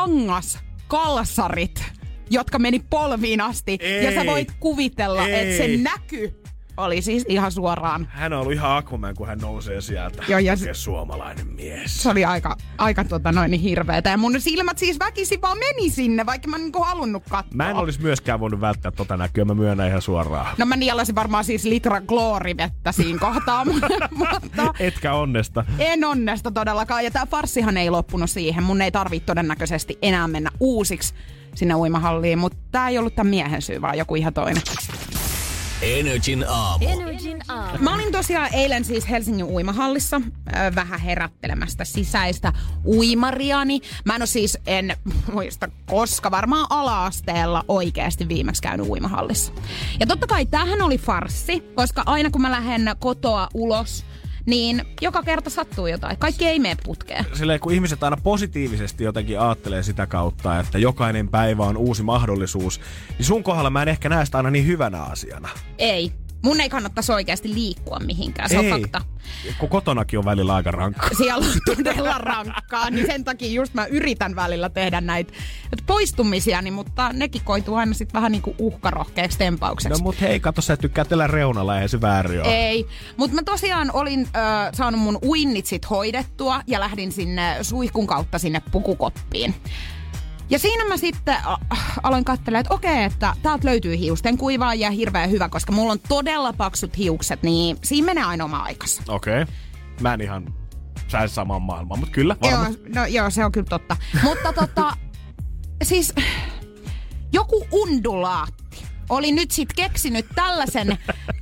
S5: kalsarit, jotka meni polviin asti.
S4: Ei.
S5: Ja sä voit kuvitella, että se näky oli siis ihan suoraan.
S4: Hän on ollut ihan Aquaman, kun hän nousee sieltä.
S5: Joo, ja
S4: suomalainen mies.
S5: Se oli aika hirveetä. Ja mun silmät siis väkisin vaan meni sinne, vaikka mä en niinku halunnut katsoa.
S4: Mä en olisi myöskään voinut välttää tota näkyä, mä myönnän ihan suoraan.
S5: No mä nielasin varmaan siis litra kloorivettä siinä kohtaa. Mutta
S4: etkä onnesta.
S5: En onnesta todellakaan. Ja tää farssihan ei loppunut siihen. Mun ei tarvitse todennäköisesti enää mennä uusiksi sinne uimahalliin. Mutta tää ei ollut tämän miehen syy, vaan joku ihan toinen.
S3: Energin aamu.
S5: Mä olin tosiaan eilen siis Helsingin uimahallissa vähän herättelemästä sisäistä uimariani. Mä en muista koska, varmaan ala-asteella oikeasti viimeksi käynyt uimahallissa. Ja totta kai tämähän oli farssi, koska aina kun mä lähden kotoa ulos, niin joka kerta sattuu jotain. Kaikki ei mene putkeen.
S4: Silleen, kun ihmiset aina positiivisesti jotenkin ajattelee sitä kautta, että jokainen päivä on uusi mahdollisuus, niin sun kohdalla mä en ehkä näe sitä aina niin hyvänä asiana.
S5: Ei. Mun ei kannattaisi oikeasti liikkua mihinkään, se on fakta.
S4: Kun kotonakin on välillä aika rankkaa.
S5: Siellä on todella rankkaa, niin sen takia just mä yritän välillä tehdä näitä poistumisiani, mutta nekin koituu aina sit vähän niinku uhkarohkeaksi tempaukseksi.
S4: No mut hei, kato, sä tykkää tällä reunalla, ei se väärin ole.
S5: Ei, mutta mä tosiaan olin saanut mun uinnit sit hoidettua ja lähdin sinne suihkun kautta sinne pukukoppiin. Ja siinä mä sitten aloin katsella, että okei, että täältä löytyy hiusten kuivaajia hirveän hyvä, koska mulla on todella paksut hiukset, niin siinä menee aina oma aikansa.
S4: Okei. Mä en ihan säisi samaan maailmaan, mutta kyllä varmasti.
S5: Joo, se on kyllä totta. Mutta siis joku undulaatti oli nyt sit keksinyt tällaisen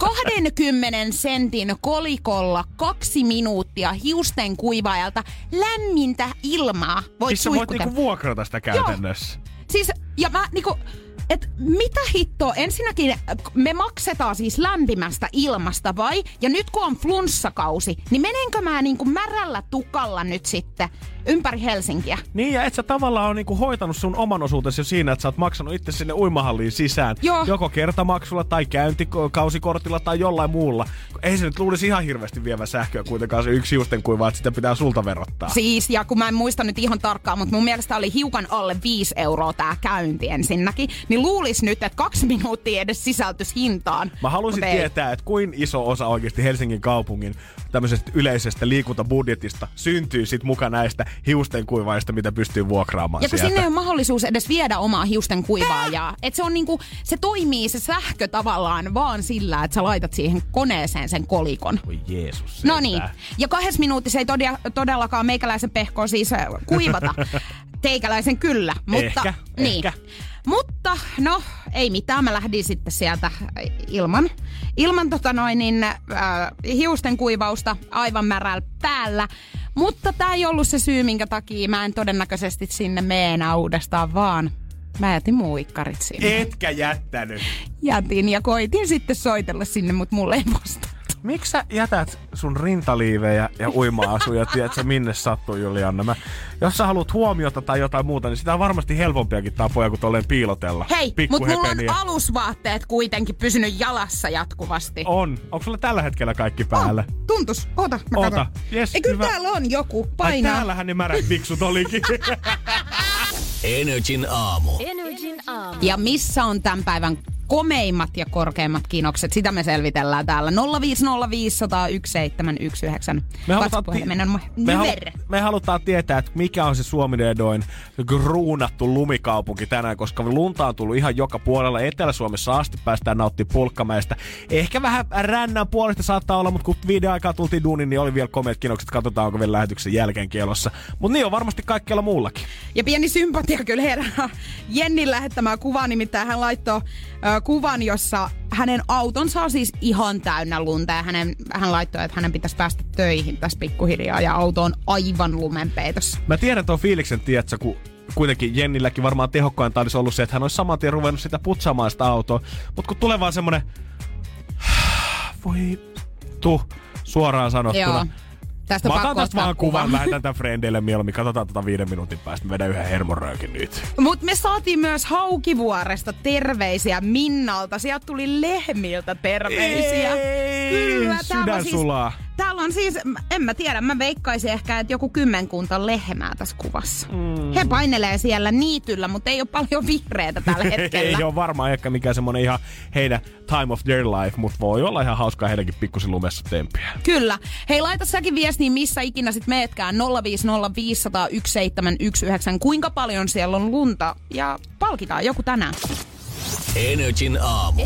S5: 20 sentin kolikolla 2 minuuttia hiusten kuivaajalta lämmintä ilmaa.
S4: Siis sä voit niinku vuokrata sitä käytännössä.
S5: Joo. Siis, ja mä niinku, et mitä hittoa, ensinnäkin me maksetaan siis lämpimästä ilmasta vai? Ja nyt kun on flunssakausi, niin menenkö mä niinku märällä tukalla nyt sitten ympäri Helsinkiä?
S4: Niin, ja et sä tavallaan on niinku hoitanut sun oman osuutesi jo siinä, että sä oot maksanut itse sinne uimahalliin sisään.
S5: Joo.
S4: Joko kertamaksulla tai käyntikausikortilla tai jollain muulla. Ei se nyt luulisi ihan hirveästi vievä sähköä kuitenkaan se yksi hiustenkuiva, että sitä pitää sulta verottaa.
S5: Siis, ja kun mä en muista nyt ihan tarkkaan, mutta mun mielestä oli hiukan alle 5 € tää käynti ensinnäkin, niin luulis nyt, että 2 minuuttia edes sisältyisi hintaan.
S4: Mä haluaisin tietää, että kuin iso osa oikeasti Helsingin kaupungin tämmöisestä yleisestä liikuntabudjetista syntyy sit mukaan näistä hiustenkuivaajista, mitä pystyy vuokraamaan
S5: ja kun
S4: sieltä.
S5: sinne ei ole mahdollisuus edes viedä omaa hiustenkuivaajaa. Että se on niinku, se toimii se sähkö tavallaan vaan sillä, että sä laitat siihen koneeseen sen kolikon.
S4: Oi Jeesus.
S5: No niin. Ja 2 minuutissa ei todellakaan meikäläisen pehkoa siis kuivata. Teikäläisen kyllä. Mutta,
S4: Ehkä.
S5: Mutta no, ei mitään. Mä lähdin sitten sieltä ilman hiusten kuivausta aivan märällä päällä. Mutta tää ei ollut se syy, minkä takia mä en todennäköisesti sinne mene enää uudestaan, vaan mä jätin muikkarit sinne.
S4: Etkä jättänyt.
S5: Jätin ja koitin sitten soitella sinne, mutta mulle ei vastata.
S4: Miksi sä jätät sun rintaliivejä ja uima-asuja, tiedätkö minne sattuu, Julianna? Jos sä haluat huomiota tai jotain muuta, niin sitä on varmasti helpompiakin tapoja kuin tolleen piilotella.
S5: Hei, mutta mulla on alusvaatteet kuitenkin pysynyt jalassa jatkuvasti.
S4: On. Onko sulla tällä hetkellä kaikki päällä?
S5: Tuntus. Oota, mä katson.
S4: Yes,
S5: ei, kyllä täällä on joku. Painaa.
S4: Ai täällähän ne märät piksut olikin.
S3: Energin aamu.
S5: Ja missä on tämän päivän komeimmat ja korkeimmat kinokset? Sitä me selvitellään täällä. 050501719.
S4: Me halutaan tietää, että mikä on se Suomi-edoin kruunattu lumikaupunki tänään, koska lunta on tullut ihan joka puolella. Etelä-Suomessa asti päästään nauttimaan Pulkkamäestä. Ehkä vähän rännän puolesta saattaa olla, mutta kun 5 aikaa tultiin duuniin, niin oli vielä komeat kinokset. Katsotaan, onko vielä lähetyksen jälkeen kielossa. Mutta niin on varmasti kaikkialla muullakin.
S5: Ja pieni sympatia kyllä herää Jennin lähettämää kuvaa, nimittäin hän laittoi kuvan, jossa hänen autonsa on siis ihan täynnä lunta ja hän laittoi, että hänen pitäisi päästä töihin tässä pikkuhiljaa ja auto on aivan lumenpeitossa.
S4: Mä tiedän tuon fiiliksen, tiedätkö, kun kuitenkin Jennilläkin varmaan tehokkainta olisi ollut se, että hän olisi saman tien ruvennut sitä putsaamaan sitä autoa, mutta kun tulee vaan semmonen voi suoraan sanottuna.
S5: Joo. Tästä
S4: mä otan tästä vaan kuvan, lähetän tämän frendeille mieluummin. Katsotaan 5 minuutin päästä. Vedän yhden hermonröökin nyt.
S5: Mut me saatiin myös Haukivuoresta terveisiä Minnalta. Sieltä tuli lehmiltä terveisiä. Kyllä,
S4: sydän sulaa.
S5: Täällä on siis, en mä tiedä, mä veikkaisin ehkä, että joku 10 lehmää tässä kuvassa. He painelee siellä niityllä, mutta ei ole paljon vihreätä tällä hetkellä.
S4: Ei ole varmaan ehkä mikään semmonen ihan heidän time of their life, mutta voi olla ihan hauskaa heidänkin pikkusen lumessa tempiä.
S5: Kyllä. Hei, laita säkin viestiin, missä ikinä sit meetkään 050501719. Kuinka paljon siellä on lunta ja palkitaan joku tänään.
S3: Energin aamu.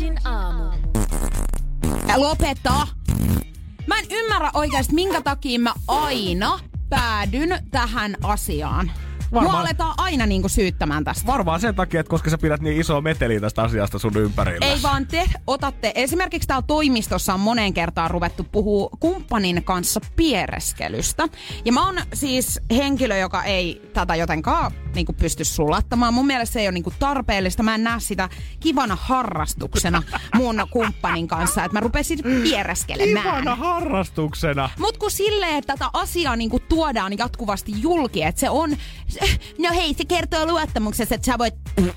S5: Lopeta! Mä en ymmärrä oikeasti, minkä takia mä aina päädyn tähän asiaan. Mua aletaan aina niinku syyttämään tästä.
S4: Varmaan sen takia, että koska sä pidät niin isoa meteliä tästä asiasta sun ympärillä.
S5: Ei vaan te otatte, esimerkiksi täällä toimistossa on moneen kertaan ruvettu puhua kumppanin kanssa piereskelystä. Ja mä oon siis henkilö, joka ei tätä jotenkaan niinku pysty sulattamaan. Mun mielestä se ei ole niinku tarpeellista. Mä en näe sitä kivana harrastuksena mun kumppanin kanssa, että mä rupesin piereskelemään.
S4: Kivana harrastuksena?
S5: Mut kun silleen, että tätä asiaa niinku tuodaan jatkuvasti julki, että se on... No hei, se kertoo luottamuksessa, että sä voit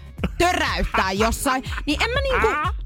S5: töräyttää jossain. Niin en mä niinku...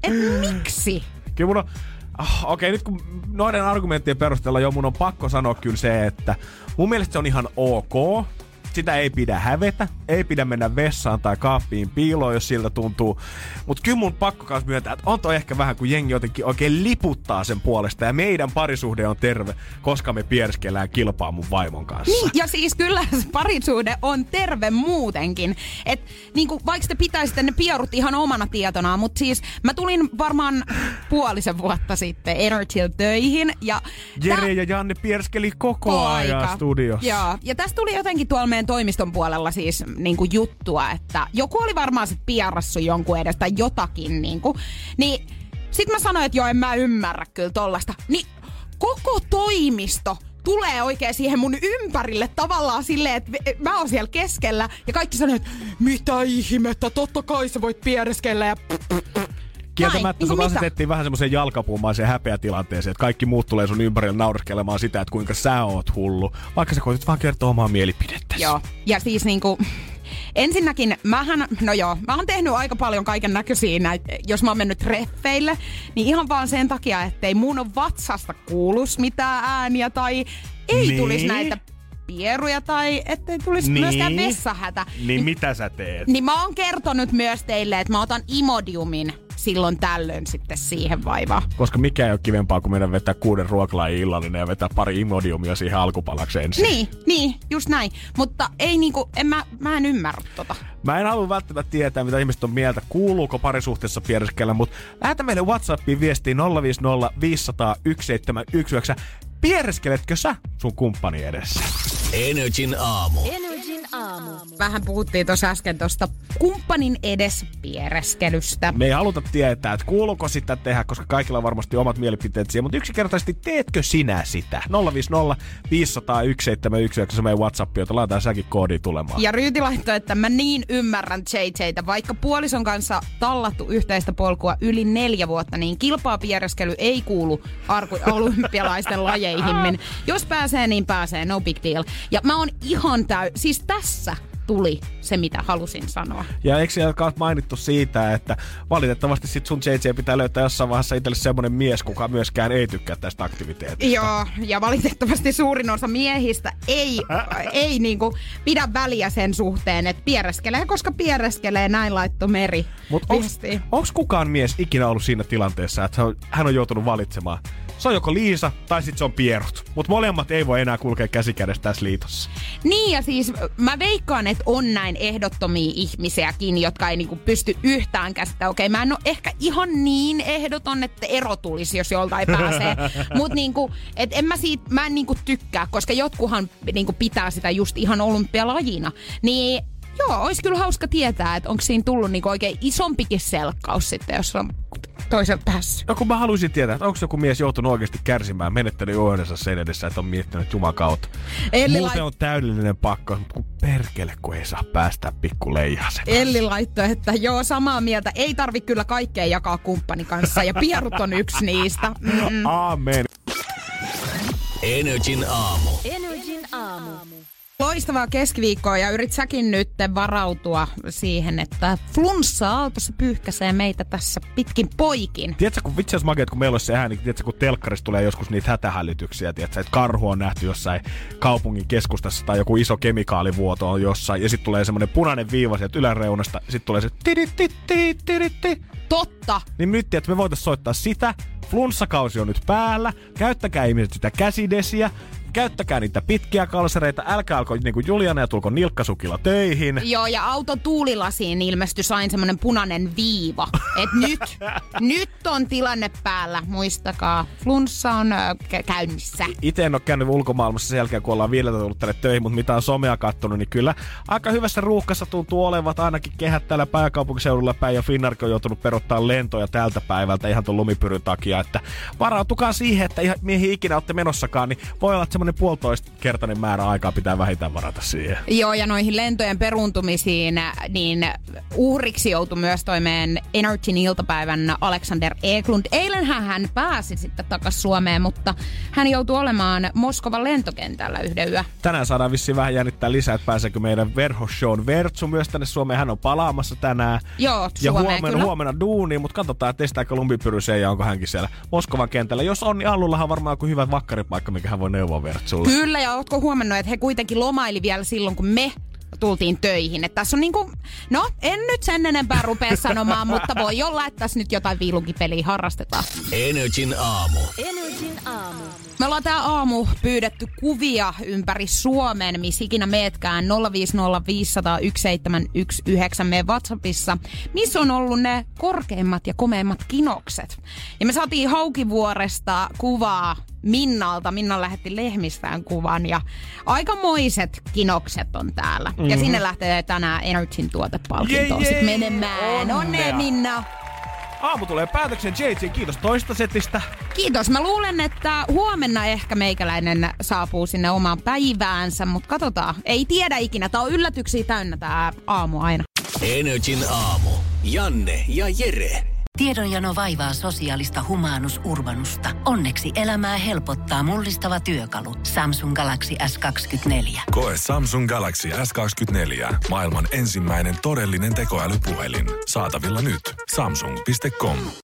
S5: miksi?
S4: Kyllä mun on... Okei, nyt kun noiden argumenttien perusteella mun on pakko sanoa kyllä se, että mun mielestä se on ihan ok. Sitä ei pidä hävetä, ei pidä mennä vessaan tai kaappiin piiloon, jos siltä tuntuu. Mut kyllä mun pakko kanssa myöntää, että on toi ehkä vähän, kun jengi jotenkin oikein liputtaa sen puolesta. Ja meidän parisuhde on terve, koska me pierskellään kilpaa mun vaimon kanssa.
S5: Niin, ja siis kyllä se parisuhde on terve muutenkin. Et niinku, vaikka te pitäisitte ne pierut ihan omana tietonaan, mutta siis mä tulin varmaan puolisen vuotta sitten Energyl töihin. Ja
S4: Jere ja Janne pierskeli koko ajan studiossa.
S5: Joo, ja tästä tuli jotenkin tuolla meidän toimiston puolella siis niinku juttua, että joku oli varmaan sit pierassu jonkun edestä tai jotakin niinku. Niin sit mä sanoin, että joo, en mä ymmärrä kyllä tollasta. Niin koko toimisto tulee oikein siihen mun ympärille tavallaan silleen, että mä oon siellä keskellä ja kaikki sanoo, että mitä ihmettä, totta kai sä voit piereskellä ja...
S4: Kieltämättä sut asetettiin vähän semmoiseen jalkapuumaiseen häpeätilanteeseen, että kaikki muut tulee sun ympärille naureskelemaan sitä, että kuinka sä oot hullu. Vaikka sä koitit vaan kertoa omaa mielipidettäsi.
S5: Joo, ja siis niinku... Ensinnäkin, mä oon tehnyt aika paljon kaiken näköisiä näitä, jos mä oon mennyt treffeille, niin ihan vaan sen takia, ettei mun vatsasta kuulus mitään ääniä tai ei tulisi näitä pieruja tai ettei tulisi myöskään vessahätä.
S4: Niin mitä sä teet?
S5: Niin mä oon kertonut myös teille, että mä otan Imodiumin silloin tällöin sitten siihen vaivaan.
S4: Koska mikä ei ole kivempaa, kuin meidän vetää 6 ruokalajia illallinen ja vetää pari Imodiumia siihen alkupalaksi ensin. Niin, just näin. Mutta ei niinku, mä en ymmärrä tota. Mä en halua välttämättä tietää, mitä ihmiset on mieltä, kuuluuko parisuhteessa piereskellä, mutta lähetä meille WhatsAppiin viestiin 050 500 1719. Piereskeletkö sä sun kumppani edessä?
S3: Energin aamu.
S5: Vähän puhuttiin tuossa äsken tuosta kumppanin edes piereskelystä.
S4: Me ei haluta tietää, että kuuluuko sitä tehdä, koska kaikilla on varmasti omat mielipiteet siihen, mutta yksinkertaisesti teetkö sinä sitä? 050 500 1719 se meidän WhatsApp, jota laitetaan säkin koodiin tulemaan.
S5: Ja Ryyti laittoi, että mä niin ymmärrän JJtä, vaikka puolison kanssa tallattu yhteistä polkua yli 4 vuotta, niin kilpaa-piereskely ei kuulu olympialaisten lajeihin. Jos pääsee, niin pääsee, no big deal. Ja mä oon ihan siis tässä tuli se, mitä halusin sanoa.
S4: Ja eikö siellä ole mainittu siitä, että valitettavasti sit sun JJ pitää löytää jossain vaiheessa itselle semmonen mies, kuka myöskään ei tykkää tästä aktiviteetista.
S5: Joo, ja valitettavasti suurin osa miehistä ei niinku pidä väliä sen suhteen, että piereskelee, koska piereskelee, näin laittoi Meri.
S4: Mutta onks kukaan mies ikinä ollut siinä tilanteessa, että hän on joutunut valitsemaan? Se on joko Liisa tai sit se on pierut. Mutta molemmat ei voi enää kulkea käsikädessä tässä liitossa.
S5: Niin ja siis mä veikkaan, että on näin ehdottomia ihmisiäkin, jotka ei niinku pysty yhtään käsittää. Okei, mä en ole ehkä ihan niin ehdoton, että ero tulisi, jos joltain pääsee. Mutta niinku, mä en niinku tykkää, koska jotkuhan niinku pitää sitä just ihan olympialajina. Niin joo, olisi kyllä hauska tietää, että onko siinä tullut niinku oikein isompikin selkkaus sitten, jos on toiselta päässyt.
S4: No kun mä haluaisin tietää, että onko joku mies joutunut oikeasti kärsimään menettänyt ohjelmansa sen edessä, että on miettinyt jumakautta. Muuten on täydellinen pakko, kun perkele, kun ei saa päästää pikku leijasen.
S5: Elli laittoi, että joo, samaa mieltä. Ei tarvi kyllä kaikkea jakaa kumppani kanssa ja pierut on yksi niistä.
S4: Aamen.
S3: Energin aamu.
S5: Loistavaa keskiviikkoa ja yrit säkin nyt varautua siihen, että flunssa-aaltossa pyyhkäsee meitä tässä pitkin poikin.
S4: Tiedätkö, kun vitsi jos makeet, kun meillä olisi se ääni, tiedätkö, kun telkkarissa tulee joskus niitä hätähälytyksiä, tiedätkö, että karhu on nähty jossain kaupungin keskustassa tai joku iso kemikaalivuoto on jossain ja sitten tulee semmoinen punainen viiva sieltä yläreunasta, sitten tulee se tidit.
S5: Totta!
S4: Niin nyt, että me voitaisiin soittaa sitä. Flunssakausi on nyt päällä. Käyttäkää ihmiset sitä käsidesiä. käyttäkää niitä pitkiä kalsareita, älkää alko niin kuin Juliana ja tulko nilkkasukilla töihin.
S5: Joo, ja autotuulilasiin ilmestyi sain semmonen punainen viiva. Et nyt on tilanne päällä, muistakaa. Flunssa on käynnissä.
S4: Itse en ole käynyt ulkomaailmassa sen jälkeen, kun ollaan 5 tullut tänne töihin, mutta mitä on somea kattonut, niin kyllä aika hyvässä ruuhkassa tuntuu olevat ainakin kehät täällä pääkaupunkiseudulla päin, ja Finnairkin on joutunut perottaa lentoja tältä päivältä ihan tuon lumipyryn takia, että varautukaa siihen, että mihin ikinä olette menossakaan, niin voi olla, että semmoinen 1,5-kertainen määrä aikaa pitää vähintään varata siihen.
S5: Joo, ja noihin lentojen peruuntumisiin, niin uhriksi joutui myös toimeen Energyn iltapäivän Alexander Eklund. Eilen hän pääsi sitten takaisin Suomeen, mutta hän joutui olemaan Moskovan lentokentällä yhden yö.
S4: Tänään saadaan vissiin vähän jännittää lisää, että pääseekö meidän Verhoshon Vertsu myös tänne Suomeen. Hän on palaamassa tänään.
S5: Joo,
S4: ja
S5: Suomeen
S4: huomenna duuniin, mutta katsotaan, että testääkö lumipyryseen ja onko hänkin siellä Moskovan kentällä. Jos on, niin Allullahan on varmaan joku hyvä vakkaripaikka, mikä hän voi neuvoa Vertsulle.
S5: Kyllä, ja ootko huomannut, että he kuitenkin lomaili vielä silloin, kun me tultiin töihin. Että tässä on niinku, no en nyt sen enempää rupea sanomaan, mutta voi olla, että tässä nyt jotain viilukipeliä harrastetaan.
S3: Energin aamu.
S5: Me ollaan tää aamu pyydetty kuvia ympäri Suomen, missä ikinä meetkään 050501719 meidän WhatsAppissa, missä on ollut ne korkeimmat ja komeimmat kinokset. Ja me saatiin Haukivuoresta kuvaa Minnalta. Minna lähetti lehmistään kuvan ja aikamoiset kinokset on täällä. Mm-hmm. Ja sinne lähtee tänään Energyn tuotepalkintoon sit menemään. Onnea Minna!
S4: Aamu tulee päätöksen. JJ, kiitos toista setistä.
S5: Kiitos. Mä luulen, että huomenna ehkä meikäläinen saapuu sinne omaan päiväänsä, mutta katsotaan. Ei tiedä ikinä. Tää on yllätyksiä täynnä tää aamu aina.
S3: Energin aamu. Janne ja Jere.
S1: Tiedonjano vaivaa sosiaalista humanus urbanusta. Onneksi elämää helpottaa mullistava työkalu. Samsung Galaxy S24.
S2: Koe Samsung Galaxy S24. Maailman ensimmäinen todellinen tekoälypuhelin. Saatavilla nyt. Samsung.com.